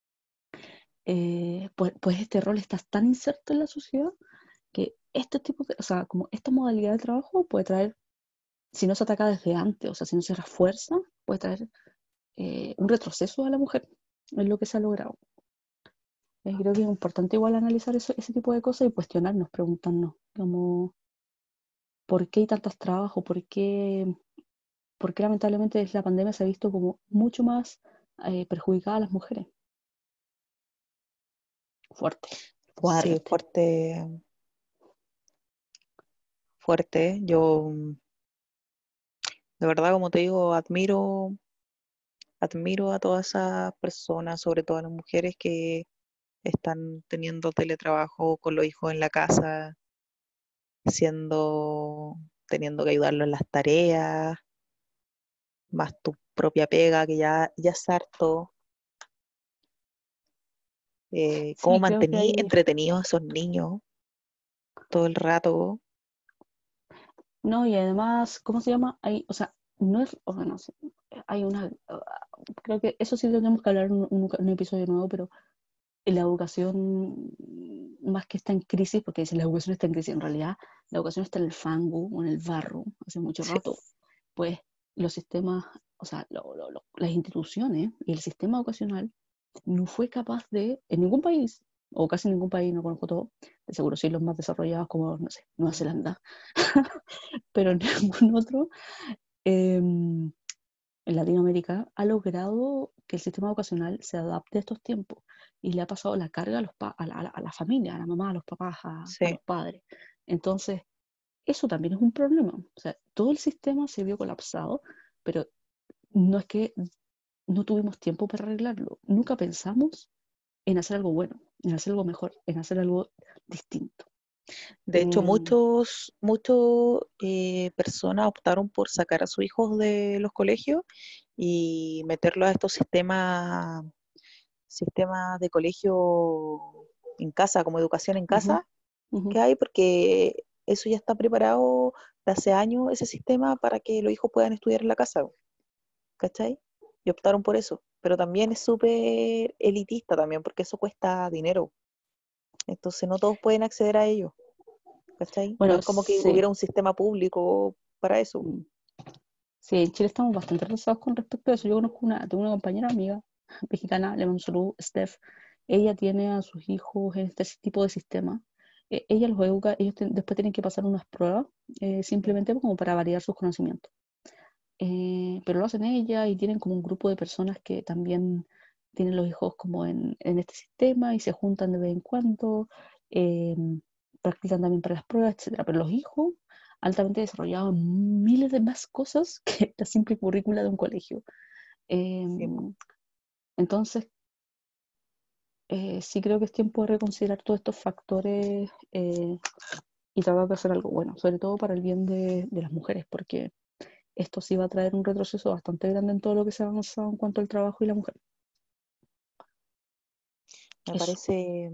Pues este rol está tan inserto en la sociedad que este tipo de, o sea, como esta modalidad de trabajo puede traer, si no se ataca desde antes, o sea, si no se refuerza, puede traer un retroceso a la mujer. Es lo que se ha logrado. Creo que es importante igual analizar ese tipo de cosas y cuestionarnos, preguntarnos, como, ¿por qué hay tantos trabajos? ¿Por qué lamentablemente desde la pandemia se ha visto como mucho más perjudicada a las mujeres? Fuerte, sí, fuerte. fuerte, fuerte. Yo, de verdad, como te digo, admiro a todas esas personas, sobre todo a las mujeres que están teniendo teletrabajo con los hijos en la casa, teniendo que ayudarlo en las tareas, más tu propia pega, que ya es harto. cómo Sí, creo que mantení hay, entretenidos a esos niños todo el rato. no, y además, ¿cómo se llama? Hay, o sea, no es, o sea, no sé, hay una, creo que eso sí lo tenemos que hablar en un episodio nuevo, pero la educación, más que está en crisis, porque dicen la educación está en crisis, en realidad la educación está en el fango o en el barro hace mucho Sí, rato, pues los sistemas, o sea, las instituciones y el sistema educacional no fue capaz de, en ningún país, o casi ningún país, no conozco todo, de seguro sí los más desarrollados como, no sé, Nueva Zelanda, pero en ningún otro, en Latinoamérica ha logrado que el sistema educacional se adapte a estos tiempos y le ha pasado la carga a, a la familia, a la mamá, a los papás, a sí. los padres. Entonces, eso también es un problema. O sea, todo el sistema se vio colapsado, pero no es que no tuvimos tiempo para arreglarlo. Nunca pensamos en hacer algo bueno, en hacer algo mejor, en hacer algo distinto. De hecho, Eh, muchos personas optaron por sacar a sus hijos de los colegios y meterlos a estos sistemas de colegio en casa, como educación en ujú, casa, ujú. que hay, porque eso ya está preparado de hace años, ese sistema, para que los hijos puedan estudiar en la casa, ¿cachai? Y optaron por eso. Pero también es súper elitista también, porque eso cuesta dinero. Entonces no todos pueden acceder a ello, ¿cachai? No Bueno, es como que sí. hubiera un sistema público para eso. Mm. Sí, en Chile estamos bastante retrasados con respecto a eso. Yo conozco tengo una compañera amiga mexicana, le mando un saludo, Steph. Ella tiene a sus hijos en este tipo de sistema. Ella los educa, ellos después tienen que pasar unas pruebas, simplemente como para validar sus conocimientos. Pero lo hacen ella y tienen como un grupo de personas que también tienen los hijos como en este sistema y se juntan de vez en cuando, eh, practican también para las pruebas, etcétera. Pero los hijos altamente desarrollados en miles de más cosas que la simple currícula de un colegio. Eh, Sí, po. entonces, sí creo que es tiempo de reconsiderar todos estos factores y tratar de hacer algo bueno, sobre todo para el bien de las mujeres, porque esto sí va a traer un retroceso bastante grande en todo lo que se ha avanzado en cuanto al trabajo y la mujer. Me Eso. parece,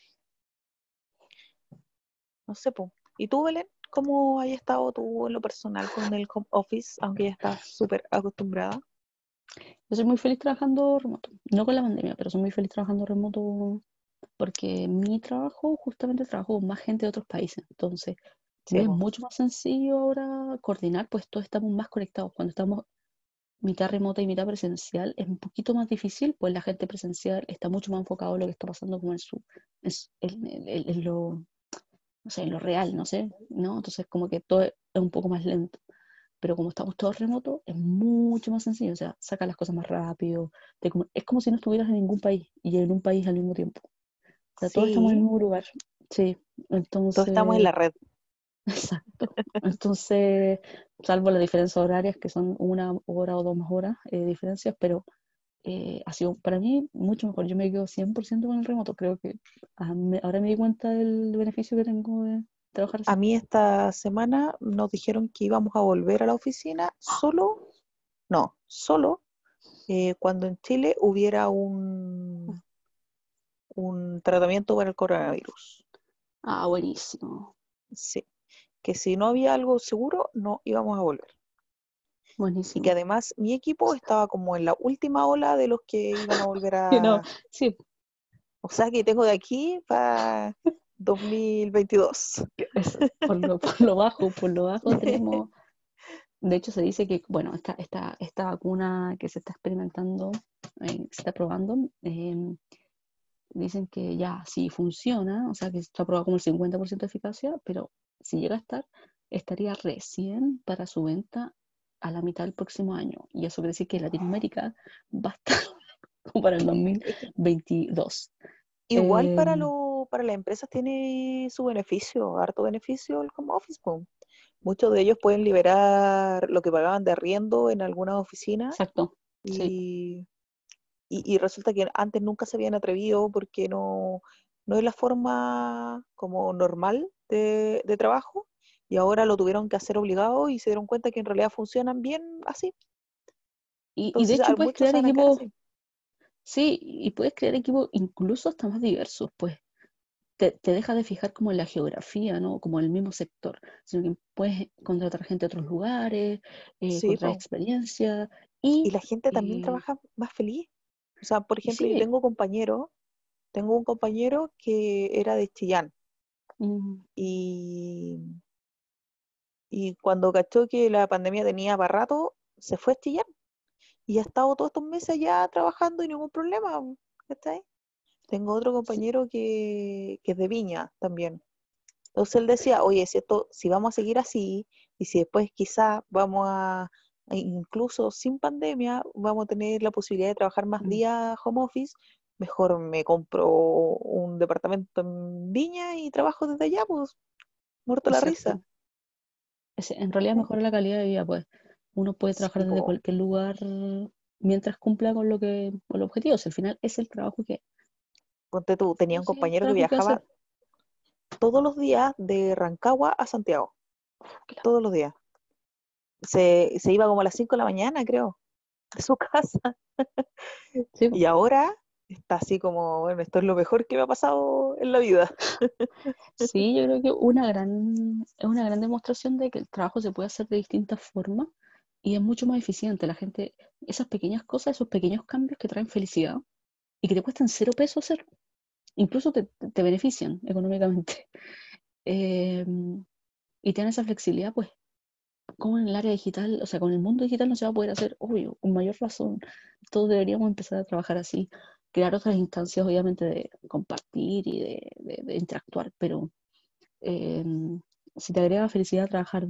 no sé, po. ¿Y tú, Belén? ¿Cómo has estado tú en lo personal con el home office, aunque ya estás súper acostumbrada? Yo soy muy feliz trabajando remoto. No con la pandemia, pero soy muy feliz trabajando remoto porque mi trabajo, justamente trabajo con más gente de otros países. Entonces, me Sí, es po. mucho más sencillo ahora coordinar, pues todos estamos más conectados. Cuando estamos mitad remota y mitad presencial, es un poquito más difícil, pues la gente presencial está mucho más enfocado en lo que está pasando como en lo, no sé, en lo real, no sé, ¿no? Entonces, como que todo es un poco más lento. Pero como estamos todos remotos, es mucho más sencillo, o sea, saca las cosas más rápido, es como si no estuvieras en ningún país y en un país al mismo tiempo. O sea, todos estamos en el Sí, mismo lugar. Sí, todos estamos en entonces, la red. exacto. Entonces, salvo las diferencias horarias, que son 1 hora o 2 horas de diferencias, pero ha sido para mí mucho mejor. Yo me quedo 100% con el remoto. Creo que ahora me di cuenta del beneficio que tengo de trabajar A así. mí esta semana nos dijeron que íbamos a volver a la oficina solo cuando en Chile hubiera un tratamiento para el coronavirus. Ah, buenísimo, Sí, que si no había algo seguro, no íbamos a volver. Y que buenísimo. además mi equipo estaba como en la última ola de los que iban a volver Que no, a... sí, O sea que tengo de aquí para 2022. por lo bajo tenemos, de hecho se dice que, bueno, esta vacuna que se está experimentando, se está probando, dicen que ya sí funciona, o sea que está probado como el 50% de eficacia, pero si llega a estar, estaría recién para su venta a la mitad del próximo año. Y eso quiere decir que Latinoamérica va a estar como para el Es que 2022. igual Eh, para las empresas tiene su beneficio, harto beneficio el home office, po. Muchos de ellos pueden liberar lo que pagaban de arriendo en algunas oficinas exacto, sí. y, y resulta que antes nunca se habían atrevido porque no es la forma como normal de trabajo y ahora lo tuvieron que hacer obligado y se dieron cuenta que en realidad funcionan bien así. Y de Entonces, hecho puedes muchos crear se van a quedar equipos, así. Sí, y puedes crear equipos incluso hasta más diversos, pues te dejas de fijar como en la geografía, ¿no? Como en el mismo sector, sino que puedes contratar gente de otros lugares, Sí, contratar po. experiencia Y y la gente también eh, trabaja más feliz. O sea, por ejemplo, yo sí, tengo un compañero que era de Chillán mm, y, y cuando cachó que la pandemia tenía para rato, se fue a Chillán y ha estado todos estos meses ya trabajando y ningún problema. ¿Cachai? Tengo otro sí, compañero que es de Viña también. Entonces él decía, oye, si vamos a seguir así, y si después quizá incluso sin pandemia, vamos a tener la posibilidad de trabajar más mm, días home office, mejor me compro un departamento en Viña y trabajo desde allá, pues, muerto la risa. exacto. En realidad mejora la calidad de vida, pues uno puede trabajar Sí, desde po. cualquier lugar mientras cumpla con el objetivo. Si al final es el trabajo que, Ponte tú, tenía no un sé, el compañero que trabajo que viajaba hacer. todos los días de Rancagua a Santiago, Claro. todos los días. Se iba como a las 5 de la mañana, creo, de su casa. Sí, pues. Y ahora está así como, bueno, esto es lo mejor que me ha pasado en la vida. Sí, yo creo que es una gran demostración de que el trabajo se puede hacer de distintas formas y es mucho más eficiente. La gente, esas pequeñas cosas, esos pequeños cambios que traen felicidad y que te cuestan 0 pesos hacer, incluso te benefician económicamente. Eh, y tienen esa flexibilidad, pues, como en el área digital, o sea, con el mundo digital no se va a poder hacer, obvio, con mayor razón. Todos deberíamos empezar a trabajar así, crear otras instancias, obviamente, de compartir y de interactuar, pero eh, si te agrega felicidad trabajar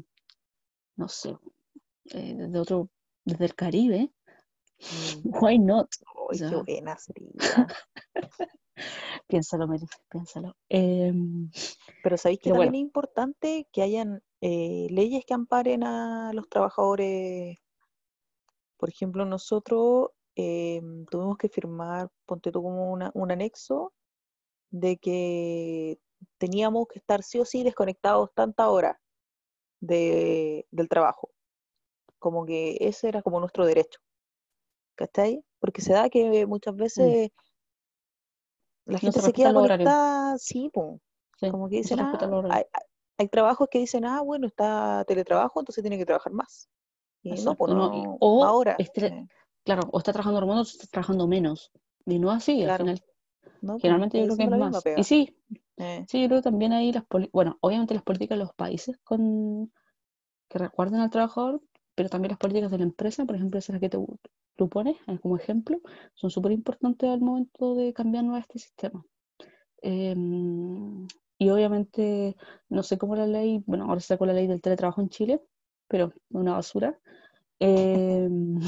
no sé, desde otro, desde el Caribe, Mm. why not? O ¡Ay, qué sea, buena sería! piénsalo, Mary, piénsalo. Pero sabéis que Pero también bueno, es importante que hayan leyes que amparen a los trabajadores. Por ejemplo, nosotros tuvimos que firmar, ponte tú como un anexo de que teníamos que estar sí o sí desconectados tanta hora del trabajo. Como que ese era como nuestro derecho, ¿cachai? Porque se da que muchas mm, veces la no gente se se queda respetan los horarios, conectada, sí, po. sí, Como que no se dicen, respetan los horarios. hay trabajos que dicen, bueno, está teletrabajo, entonces tiene que trabajar más. Y no, pues Exacto, ¿no? no, más O, horas. claro, o está trabajando remoto o está trabajando menos. Y no así, al Claro, final, no, pues generalmente yo estáis creo que es haciendo la misma más. Y pega. sí, Eh, sí, yo creo que también ahí bueno, obviamente las políticas de los países que recuerden al trabajador, pero también las políticas de la empresa, por ejemplo, esas que tú pones como ejemplo, son súper importantes al momento de cambiarnos a este sistema. Eh, y obviamente, no sé cómo la ley, bueno, ahora se sacó la ley del teletrabajo en Chile, pero es una basura. Eh,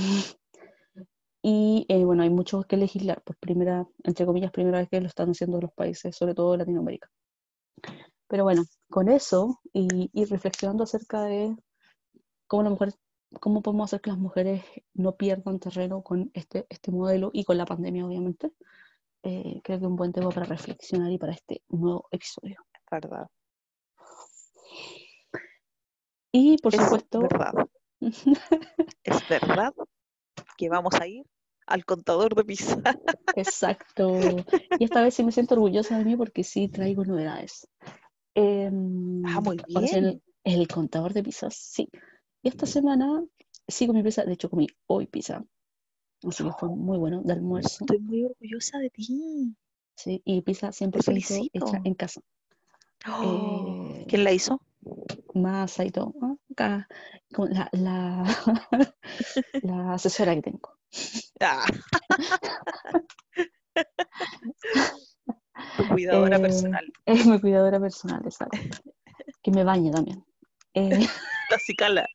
y bueno, hay mucho que legislar, por primera, entre comillas, primera vez que lo están haciendo los países, sobre todo de Latinoamérica. Pero bueno, con eso y reflexionando acerca de cómo, cómo podemos hacer que las mujeres no pierdan terreno con este modelo y con la pandemia, obviamente, creo que es un buen tema para reflexionar y para este nuevo episodio. es verdad. Y por Es supuesto, verdad. Es verdad que vamos a ir al contador de pizza. exacto. Y esta vez sí me siento orgullosa de mí porque sí traigo novedades. Ah, muy Ahora sí, bien. el contador de pizzas, sí. Y esta semana sí comí pizza, de hecho comí hoy pizza, así que fue muy bueno de almuerzo, Estoy muy orgullosa de ti. sí, y pizza Te 100% hecha felicito. en casa. ¿Quién Eh, la hizo? Masa y todo, ¿no? Acá, con la asesora que tengo. Ah, tu cuidadora Eh, personal. es mi cuidadora personal, exacto. Que me bañe también. Eh, Tacicala.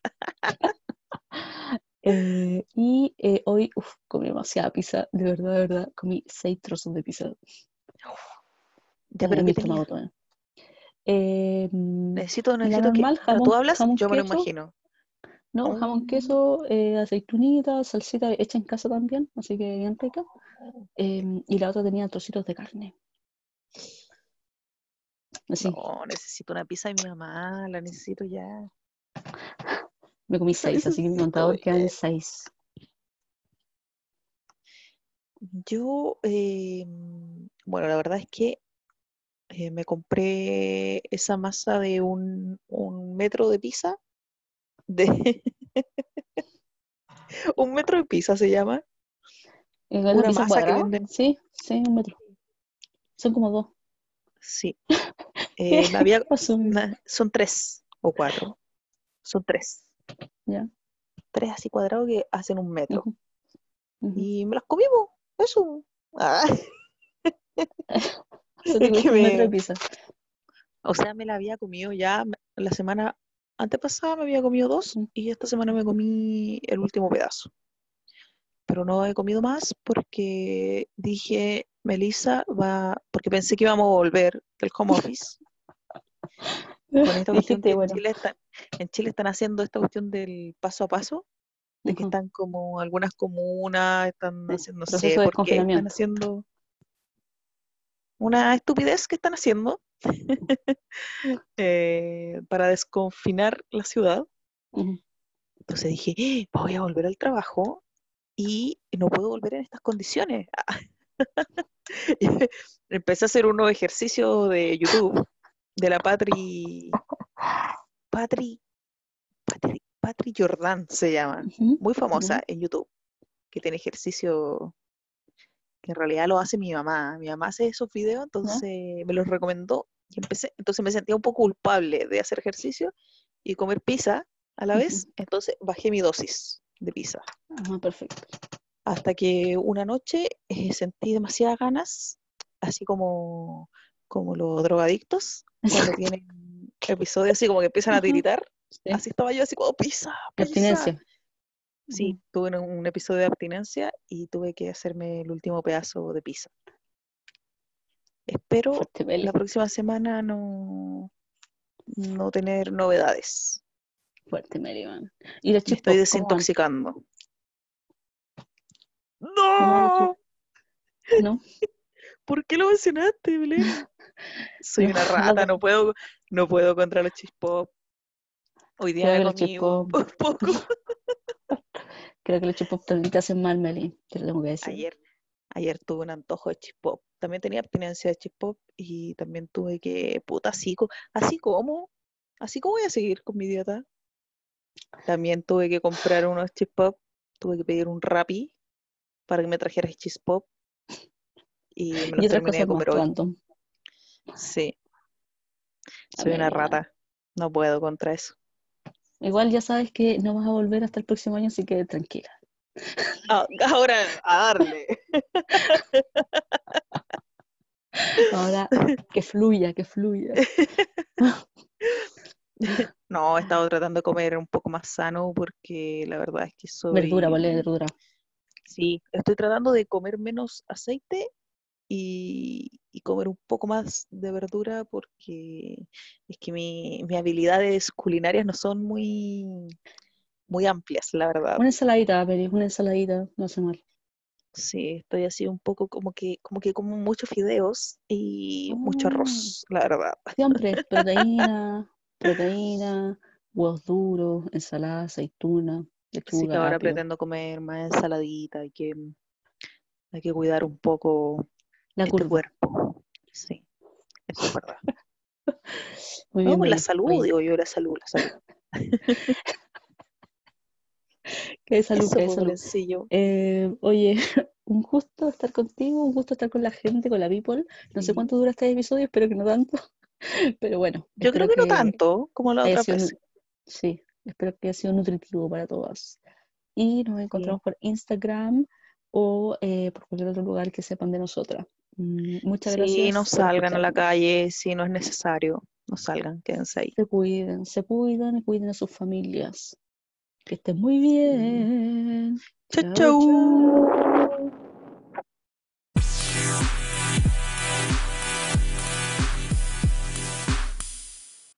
hoy, comí demasiada pizza, de verdad, comí 6 trozos de pizza Ya, pero en mi ¿qué estómago tenía? también. La Necesito que, normal, mientras tú hablas, jamón yo me lo queso, imagino. ¿no? Jamón Oh, queso, aceitunitas, salsita hecha en casa también, así que bien rica. Y la otra tenía trocitos de carne, así. no, necesito una pizza de mi mamá, la necesito ya. Me comí La 6, así que mi necesito contador queda en ya. 6. Yo, bueno, la verdad es que me compré esa masa de un metro de pizza, de un metro de pizza se llama, ¿Es la una pizza masa que cuadrada? venden, Sí, sí, 1 metro. Son como 2. sí, ¿Qué me había, pasó? son 3 o 4, son Ya. 3 así cuadrados que hacen un metro, Ujú, ujú. y me las comimos, eso. Ah, Eso te es que comiste 1 metro de pizza. o sea, me la había comido ya la semana antepasada, me había comido 2 Ujú. y esta semana me comí el último pedazo. Pero no he comido más porque dije, Melissa va, porque pensé que íbamos a volver del home office con esta cuestión Dijiste, que bueno. En Chile están haciendo esta cuestión del paso a paso, de que Ujú, están como algunas comunas, están sí. haciendo, no sé Proceso de por qué, están desconfinamiento. haciendo una estupidez que están haciendo para desconfinar la ciudad. Ujú. Entonces dije, voy a volver al trabajo y no puedo volver en estas condiciones. Empecé a hacer unos ejercicios de YouTube de la Patri, Patri Jordan se llama, Ujú, muy ya. famosa en YouTube, que tiene ejercicio que en realidad lo hace mi mamá. Mi mamá hace esos videos, ¿Ya? entonces me los recomendó y empecé, entonces me sentía un poco culpable de hacer ejercicio y comer pizza a la Ujú. vez, entonces bajé mi dosis de pizza. Ajá, perfecto. Hasta que una noche sentí demasiadas ganas, así como los drogadictos, cuando tienen episodios así como que empiezan a Ajá, tiritar. sí. Así estaba yo, así como, pizza, pizza. Abstinencia. Sí, Ujú. tuve un episodio de abstinencia y tuve que hacerme el último pedazo de pizza. Espero Fuerte, la Meli. próxima semana no tener novedades. Fuerte, Meli, man. ¿Y los Me chip estoy pop, cómo van? desintoxicando. ¿Cómo van los chip? ¡No! ¿No? ¿Por qué lo mencionaste, Belén? Soy No, una no, rata, no puedo contra los chispos. Hoy día creo me que los chip comí un pop, poco. creo que los chip pop también te hacen mal, Meli. Te lo tengo que decir. Ayer, ayer tuve un antojo de chispop. También tenía abstinencia de chispop y también tuve que, puta, así como voy a seguir con mi dieta. También tuve que comprar unos chispop, tuve que pedir un Rappi para que me trajera chispop y me Y los otras terminé de cosas más comer hoy. random. Sí, A soy una Meli, man. rata. No puedo contra eso. Igual ya sabes que no vas a volver hasta el próximo año, así que tranquila. Ah, ahora a darle. Ahora que fluya, que fluya. No, he estado tratando de comer un poco más sano porque la verdad es que Verdura, vale, verdura. sí, estoy tratando de comer menos aceite y comer un poco más de verdura porque es que mis habilidades culinarias no son muy amplias, la verdad. Una ensaladita, Meli, una ensaladita, no hace mal. Sí, estoy así un poco como que como muchos fideos y mucho Mm, arroz, la verdad. siempre, proteína, proteína, huevos duros, ensalada, aceituna, Así que lechuga, ahora apio. pretendo comer más ensaladita, hay que cuidar un poco La este curva. cuerpo. Sí, eso es verdad. Muy No, bien, pues la Meli. salud, Oye, digo yo, la salud, la salud. qué de salud, Eso, qué de pues, salud. Belencillo. Oye, un gusto estar contigo, un gusto estar con la gente, con la people. No sé Sí. cuánto dura este episodio, espero que no tanto. Pero bueno, Yo creo espero que no que tanto como la haya otra sido, vez. sí, espero que haya sido nutritivo para todas. Y nos Sí. encontramos por Instagram o por cualquier otro lugar que sepan de nosotras. Muchas Sí, no gracias por salgan a la escucharnos. calle si no es necesario. No salgan, quédense ahí. Se cuidan y cuiden a sus familias. Que estén muy Sí. bien. Chau, Chao, chau. chao.